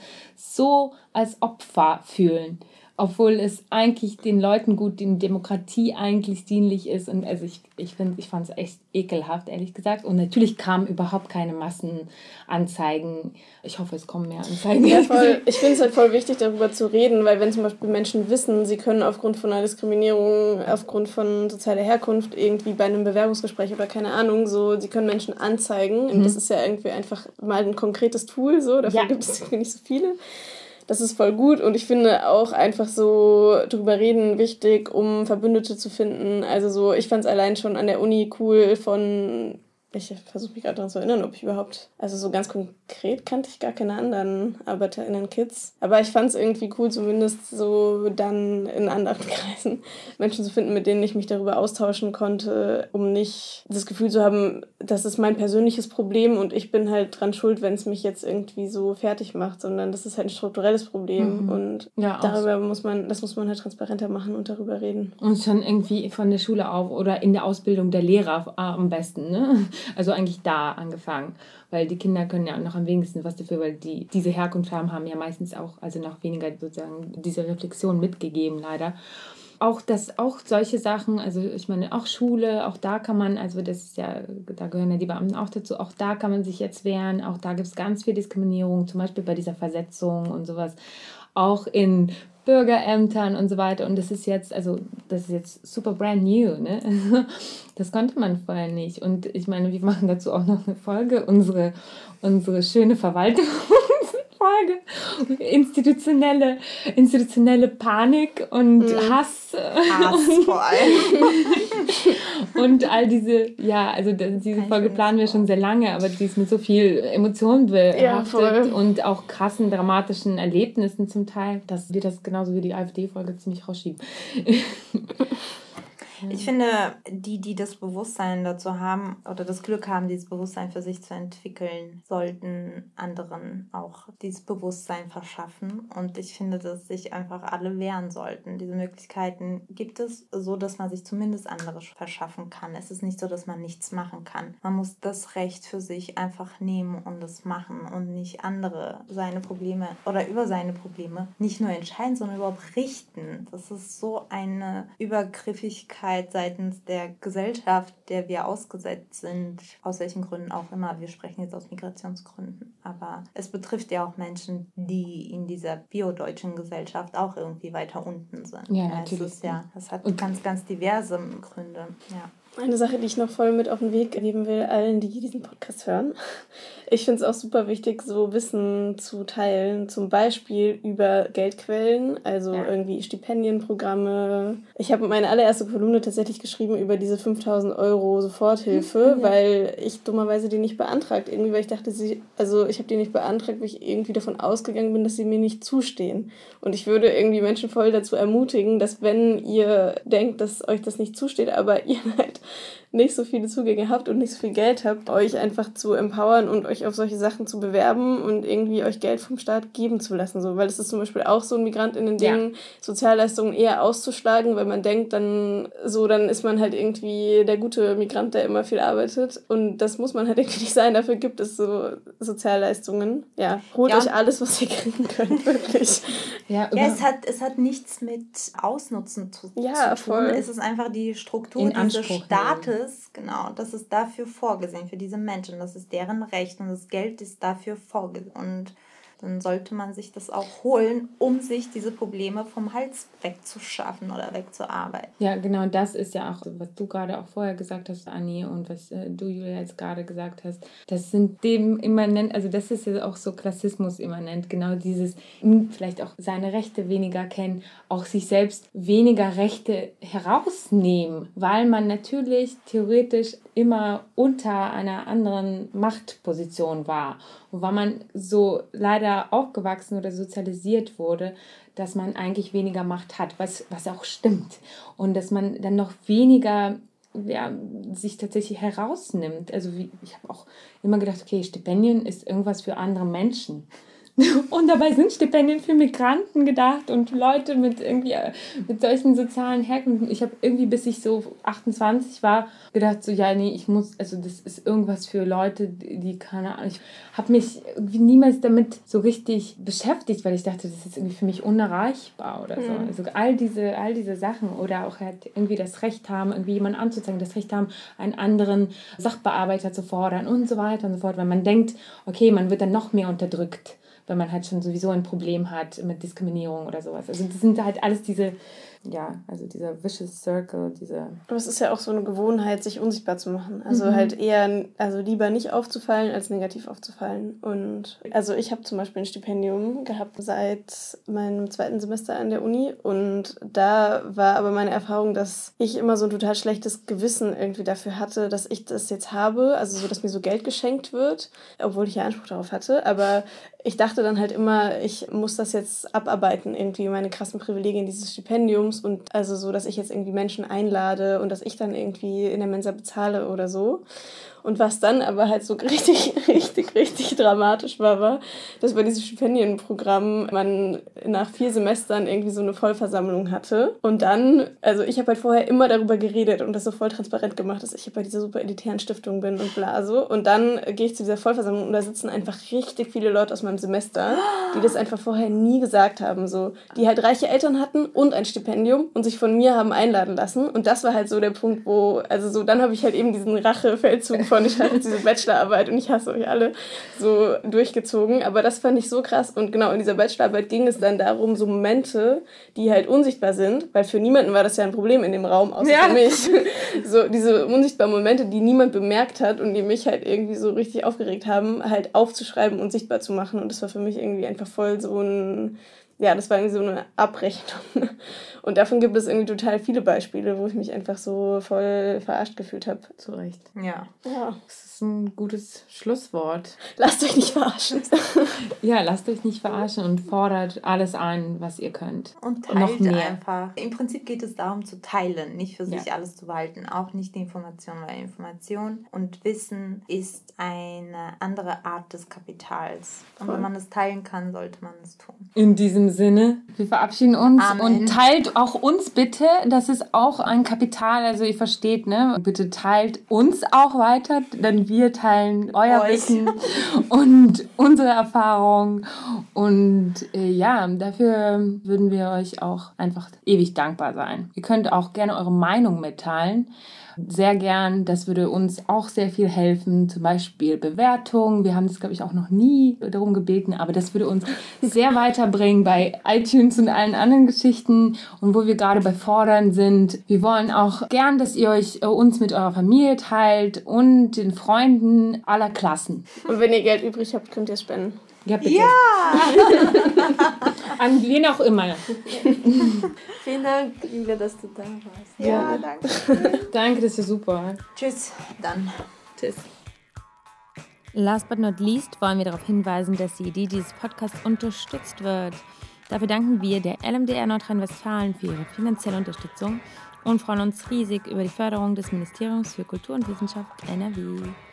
so als Opfer fühlen, obwohl es eigentlich den Leuten gut, den Demokratie eigentlich dienlich ist. Und also ich, ich finde, ich fand es echt ekelhaft, ehrlich gesagt. Und natürlich kamen überhaupt keine Massenanzeigen. Ich hoffe, es kommen mehr Anzeigen. Ja, voll. Ich finde es halt voll wichtig, darüber zu reden, weil wenn zum Beispiel Menschen wissen, sie können aufgrund von einer Diskriminierung, aufgrund von sozialer Herkunft irgendwie bei einem Bewerbungsgespräch oder keine Ahnung, so, sie können Menschen anzeigen. Und Mhm. das ist ja irgendwie einfach mal ein konkretes Tool, so, dafür Ja. gibt es irgendwie nicht so viele. Das ist voll gut und ich finde auch einfach so drüber reden wichtig, um Verbündete zu finden. Also so, ich fand es allein schon an der Uni cool von, ich versuche mich gerade daran zu erinnern, ob ich überhaupt, also so ganz konkret kannte ich gar keine anderen ArbeiterInnen, Kids. Aber ich fand es irgendwie cool, zumindest so dann in anderen Kreisen Menschen zu finden, mit denen ich mich darüber austauschen konnte, um nicht das Gefühl zu haben, das ist mein persönliches Problem und ich bin halt dran schuld, wenn es mich jetzt irgendwie so fertig macht, sondern das ist halt ein strukturelles Problem Mhm. und Ja, auch darüber muss man, das muss man halt transparenter machen und darüber reden. Und schon irgendwie von der Schule auf oder in der Ausbildung der Lehrer am besten, ne? Also eigentlich da angefangen, weil die Kinder können ja noch am wenigsten was dafür, weil die diese Herkunft haben, haben ja meistens auch, also noch weniger sozusagen diese Reflexion mitgegeben, leider. Auch das, auch solche Sachen, also ich meine, auch Schule, auch da kann man, also das ist ja, da gehören ja die Beamten auch dazu, auch da kann man sich jetzt wehren, auch da gibt es ganz viel Diskriminierung, zum Beispiel bei dieser Versetzung und sowas, auch in Bürgerämtern und so weiter. Und das ist jetzt, also das ist jetzt super brand new, ne? Das konnte man vorher nicht. Und ich meine, wir machen dazu auch noch eine Folge, unsere, unsere schöne Verwaltung. Folge. Institutionelle, institutionelle Panik und mhm. Hass. Hass vor allem. Und all diese, ja, also diese Folge planen wir schon sehr lange, aber die ist mit so viel Emotionen behaftet ja, und auch krassen, dramatischen Erlebnissen zum Teil, dass wir das genauso wie die AfD-Folge ziemlich rausschieben. Ich finde, die, die das Bewusstsein dazu haben oder das Glück haben, dieses Bewusstsein für sich zu entwickeln, sollten anderen auch dieses Bewusstsein verschaffen. Und ich finde, dass sich einfach alle wehren sollten. Diese Möglichkeiten gibt es, so dass man sich zumindest andere verschaffen kann. Es ist nicht so, dass man nichts machen kann. Man muss das Recht für sich einfach nehmen und es machen und nicht andere seine Probleme oder über seine Probleme nicht nur entscheiden, sondern überhaupt richten. Das ist so eine Übergriffigkeit seitens der Gesellschaft, der wir ausgesetzt sind, aus welchen Gründen auch immer. Wir sprechen jetzt aus Migrationsgründen, aber es betrifft ja auch Menschen, die in dieser biodeutschen Gesellschaft auch irgendwie weiter unten sind. Ja, natürlich. Es ist ja, das hat Und ganz, ganz diverse Gründe, ja. Eine Sache, die ich noch voll mit auf den Weg geben will, allen, die diesen Podcast hören. Ich finde es auch super wichtig, so Wissen zu teilen, zum Beispiel über Geldquellen, also ja. irgendwie Stipendienprogramme. Ich habe meine allererste Kolumne tatsächlich geschrieben über diese fünftausend Euro Soforthilfe, mhm. weil ich dummerweise die nicht beantragt. Irgendwie, weil ich dachte, sie, also ich habe die nicht beantragt, weil ich irgendwie davon ausgegangen bin, dass sie mir nicht zustehen. Und ich würde irgendwie Menschen voll dazu ermutigen, dass wenn ihr denkt, dass euch das nicht zusteht, aber ihr halt nicht so viele Zugänge habt und nicht so viel Geld habt, euch einfach zu empowern und euch auf solche Sachen zu bewerben und irgendwie euch Geld vom Staat geben zu lassen. So. Weil es ist zum Beispiel auch so ein MigrantInnen-Ding, ja. Sozialleistungen eher auszuschlagen, weil man denkt, dann so, dann ist man halt irgendwie der gute Migrant, der immer viel arbeitet. Und das muss man halt irgendwie nicht sein. Dafür gibt es so Sozialleistungen. Ja, holt ja. euch alles, was ihr kriegen könnt, wirklich. Ja, ja es, hat, es hat nichts mit Ausnutzen zu, ja, zu tun. Voll. Es ist einfach die Struktur dieses Staates, genau, das ist dafür vorgesehen, für diese Menschen. Das ist deren Recht und das Geld ist dafür vorgesehen. Und dann sollte man sich das auch holen, um sich diese Probleme vom Hals wegzuschaffen oder wegzuarbeiten. Ja, genau, das ist ja auch, was du gerade auch vorher gesagt hast, Anni, und was äh, du, Julia, jetzt gerade gesagt hast. Das sind dem immanent, also das ist ja auch so Klassismus immanent, genau dieses, vielleicht auch seine Rechte weniger kennen, auch sich selbst weniger Rechte herausnehmen, weil man natürlich theoretisch immer unter einer anderen Machtposition war. Und weil man so leider aufgewachsen oder sozialisiert wurde, dass man eigentlich weniger Macht hat, was, was auch stimmt. Und dass man dann noch weniger ja, sich tatsächlich herausnimmt. Also wie, ich habe auch immer gedacht, okay, Stipendien ist irgendwas für andere Menschen. Und dabei sind Stipendien für Migranten gedacht und Leute mit irgendwie mit solchen sozialen Herkünften. Ich habe irgendwie, bis ich so achtundzwanzig war, gedacht so, ja, nee, ich muss, also das ist irgendwas für Leute, die, keine Ahnung, ich habe mich irgendwie niemals damit so richtig beschäftigt, weil ich dachte, das ist irgendwie für mich unerreichbar oder so. Mhm. Also all diese, all diese Sachen oder auch halt irgendwie das Recht haben, irgendwie jemanden anzuzeigen, das Recht haben, einen anderen Sachbearbeiter zu fordern und so weiter und so fort, weil man denkt, okay, man wird dann noch mehr unterdrückt, wenn man halt schon sowieso ein Problem hat mit Diskriminierung oder sowas. Also das sind halt alles diese, ja, also dieser vicious circle, diese... Aber es ist ja auch so eine Gewohnheit, sich unsichtbar zu machen. Also mhm. halt eher, also lieber nicht aufzufallen, als negativ aufzufallen. Und also ich habe zum Beispiel ein Stipendium gehabt seit meinem zweiten Semester an der Uni und da war aber meine Erfahrung, dass ich immer so ein total schlechtes Gewissen irgendwie dafür hatte, dass ich das jetzt habe, also so, dass mir so Geld geschenkt wird, obwohl ich ja Anspruch darauf hatte, aber ich dachte dann halt immer, ich muss das jetzt abarbeiten, irgendwie meine krassen Privilegien dieses Stipendiums und also so, dass ich jetzt irgendwie Menschen einlade und dass ich dann irgendwie in der Mensa bezahle oder so. Und was dann aber halt so richtig, richtig, richtig dramatisch war, war, dass bei diesem Stipendienprogramm man nach vier Semestern irgendwie so eine Vollversammlung hatte. Und dann, also ich habe halt vorher immer darüber geredet und das so voll transparent gemacht, dass ich bei dieser super elitären Stiftung bin und bla so. Und dann gehe ich zu dieser Vollversammlung und da sitzen einfach richtig viele Leute aus meinem Semester, die das einfach vorher nie gesagt haben, so. Die halt reiche Eltern hatten und ein Stipendium und sich von mir haben einladen lassen. Und das war halt so der Punkt, wo, also so, dann habe ich halt eben diesen Rachefeldzug von, ich hatte diese Bachelorarbeit und ich hasse euch alle, so durchgezogen. Aber das fand ich so krass. Und genau, in dieser Bachelorarbeit ging es dann darum, so Momente, die halt unsichtbar sind, weil für niemanden war das ja ein Problem in dem Raum, außer ja. für mich. So diese unsichtbaren Momente, die niemand bemerkt hat und die mich halt irgendwie so richtig aufgeregt haben, halt aufzuschreiben und sichtbar zu machen. Und das war für mich irgendwie einfach voll so ein, ja, das war irgendwie so eine Abrechnung. Und davon gibt es irgendwie total viele Beispiele, wo ich mich einfach so voll verarscht gefühlt habe. Zu Recht. Ja. Ja. Das ist ein gutes Schlusswort. Lasst euch nicht verarschen. Ja, lasst euch nicht verarschen und fordert alles ein, was ihr könnt. Und teilt noch mehr. Einfach. Im Prinzip geht es darum zu teilen, nicht für sich ja. alles zu behalten. Auch nicht die Information, weil Information und Wissen ist eine andere Art des Kapitals. Und Voll. Wenn man es teilen kann, sollte man es tun. In diesem Sinne, wir verabschieden uns. Amen. Und teilt auch uns bitte, das ist auch ein Kapital, also ihr versteht, ne? Bitte teilt uns auch weiter, denn wir teilen euer Euch. Wissen und unsere Erfahrung und äh, ja, dafür würden wir euch auch einfach ewig dankbar sein. Ihr könnt auch gerne eure Meinung mitteilen. Sehr gern, das würde uns auch sehr viel helfen, zum Beispiel Bewertungen. Wir haben das, glaube ich, auch noch nie darum gebeten, aber das würde uns sehr weiterbringen bei iTunes und allen anderen Geschichten und wo wir gerade bei Fordern sind. Wir wollen auch gern, dass ihr euch äh, uns mit eurer Familie teilt und den Freunden aller Klassen. Und wenn ihr Geld übrig habt, könnt ihr spenden. Ja, bitte. Ja! An wen auch immer. Vielen Dank, Julia, dass du da warst. Ja, ja. danke. Danke, das ist super. Tschüss, dann. Tschüss. Last but not least wollen wir darauf hinweisen, dass die Idee dieses Podcasts unterstützt wird. Dafür danken wir der L M D R Nordrhein-Westfalen für ihre finanzielle Unterstützung und freuen uns riesig über die Förderung des Ministeriums für Kultur und Wissenschaft N R W.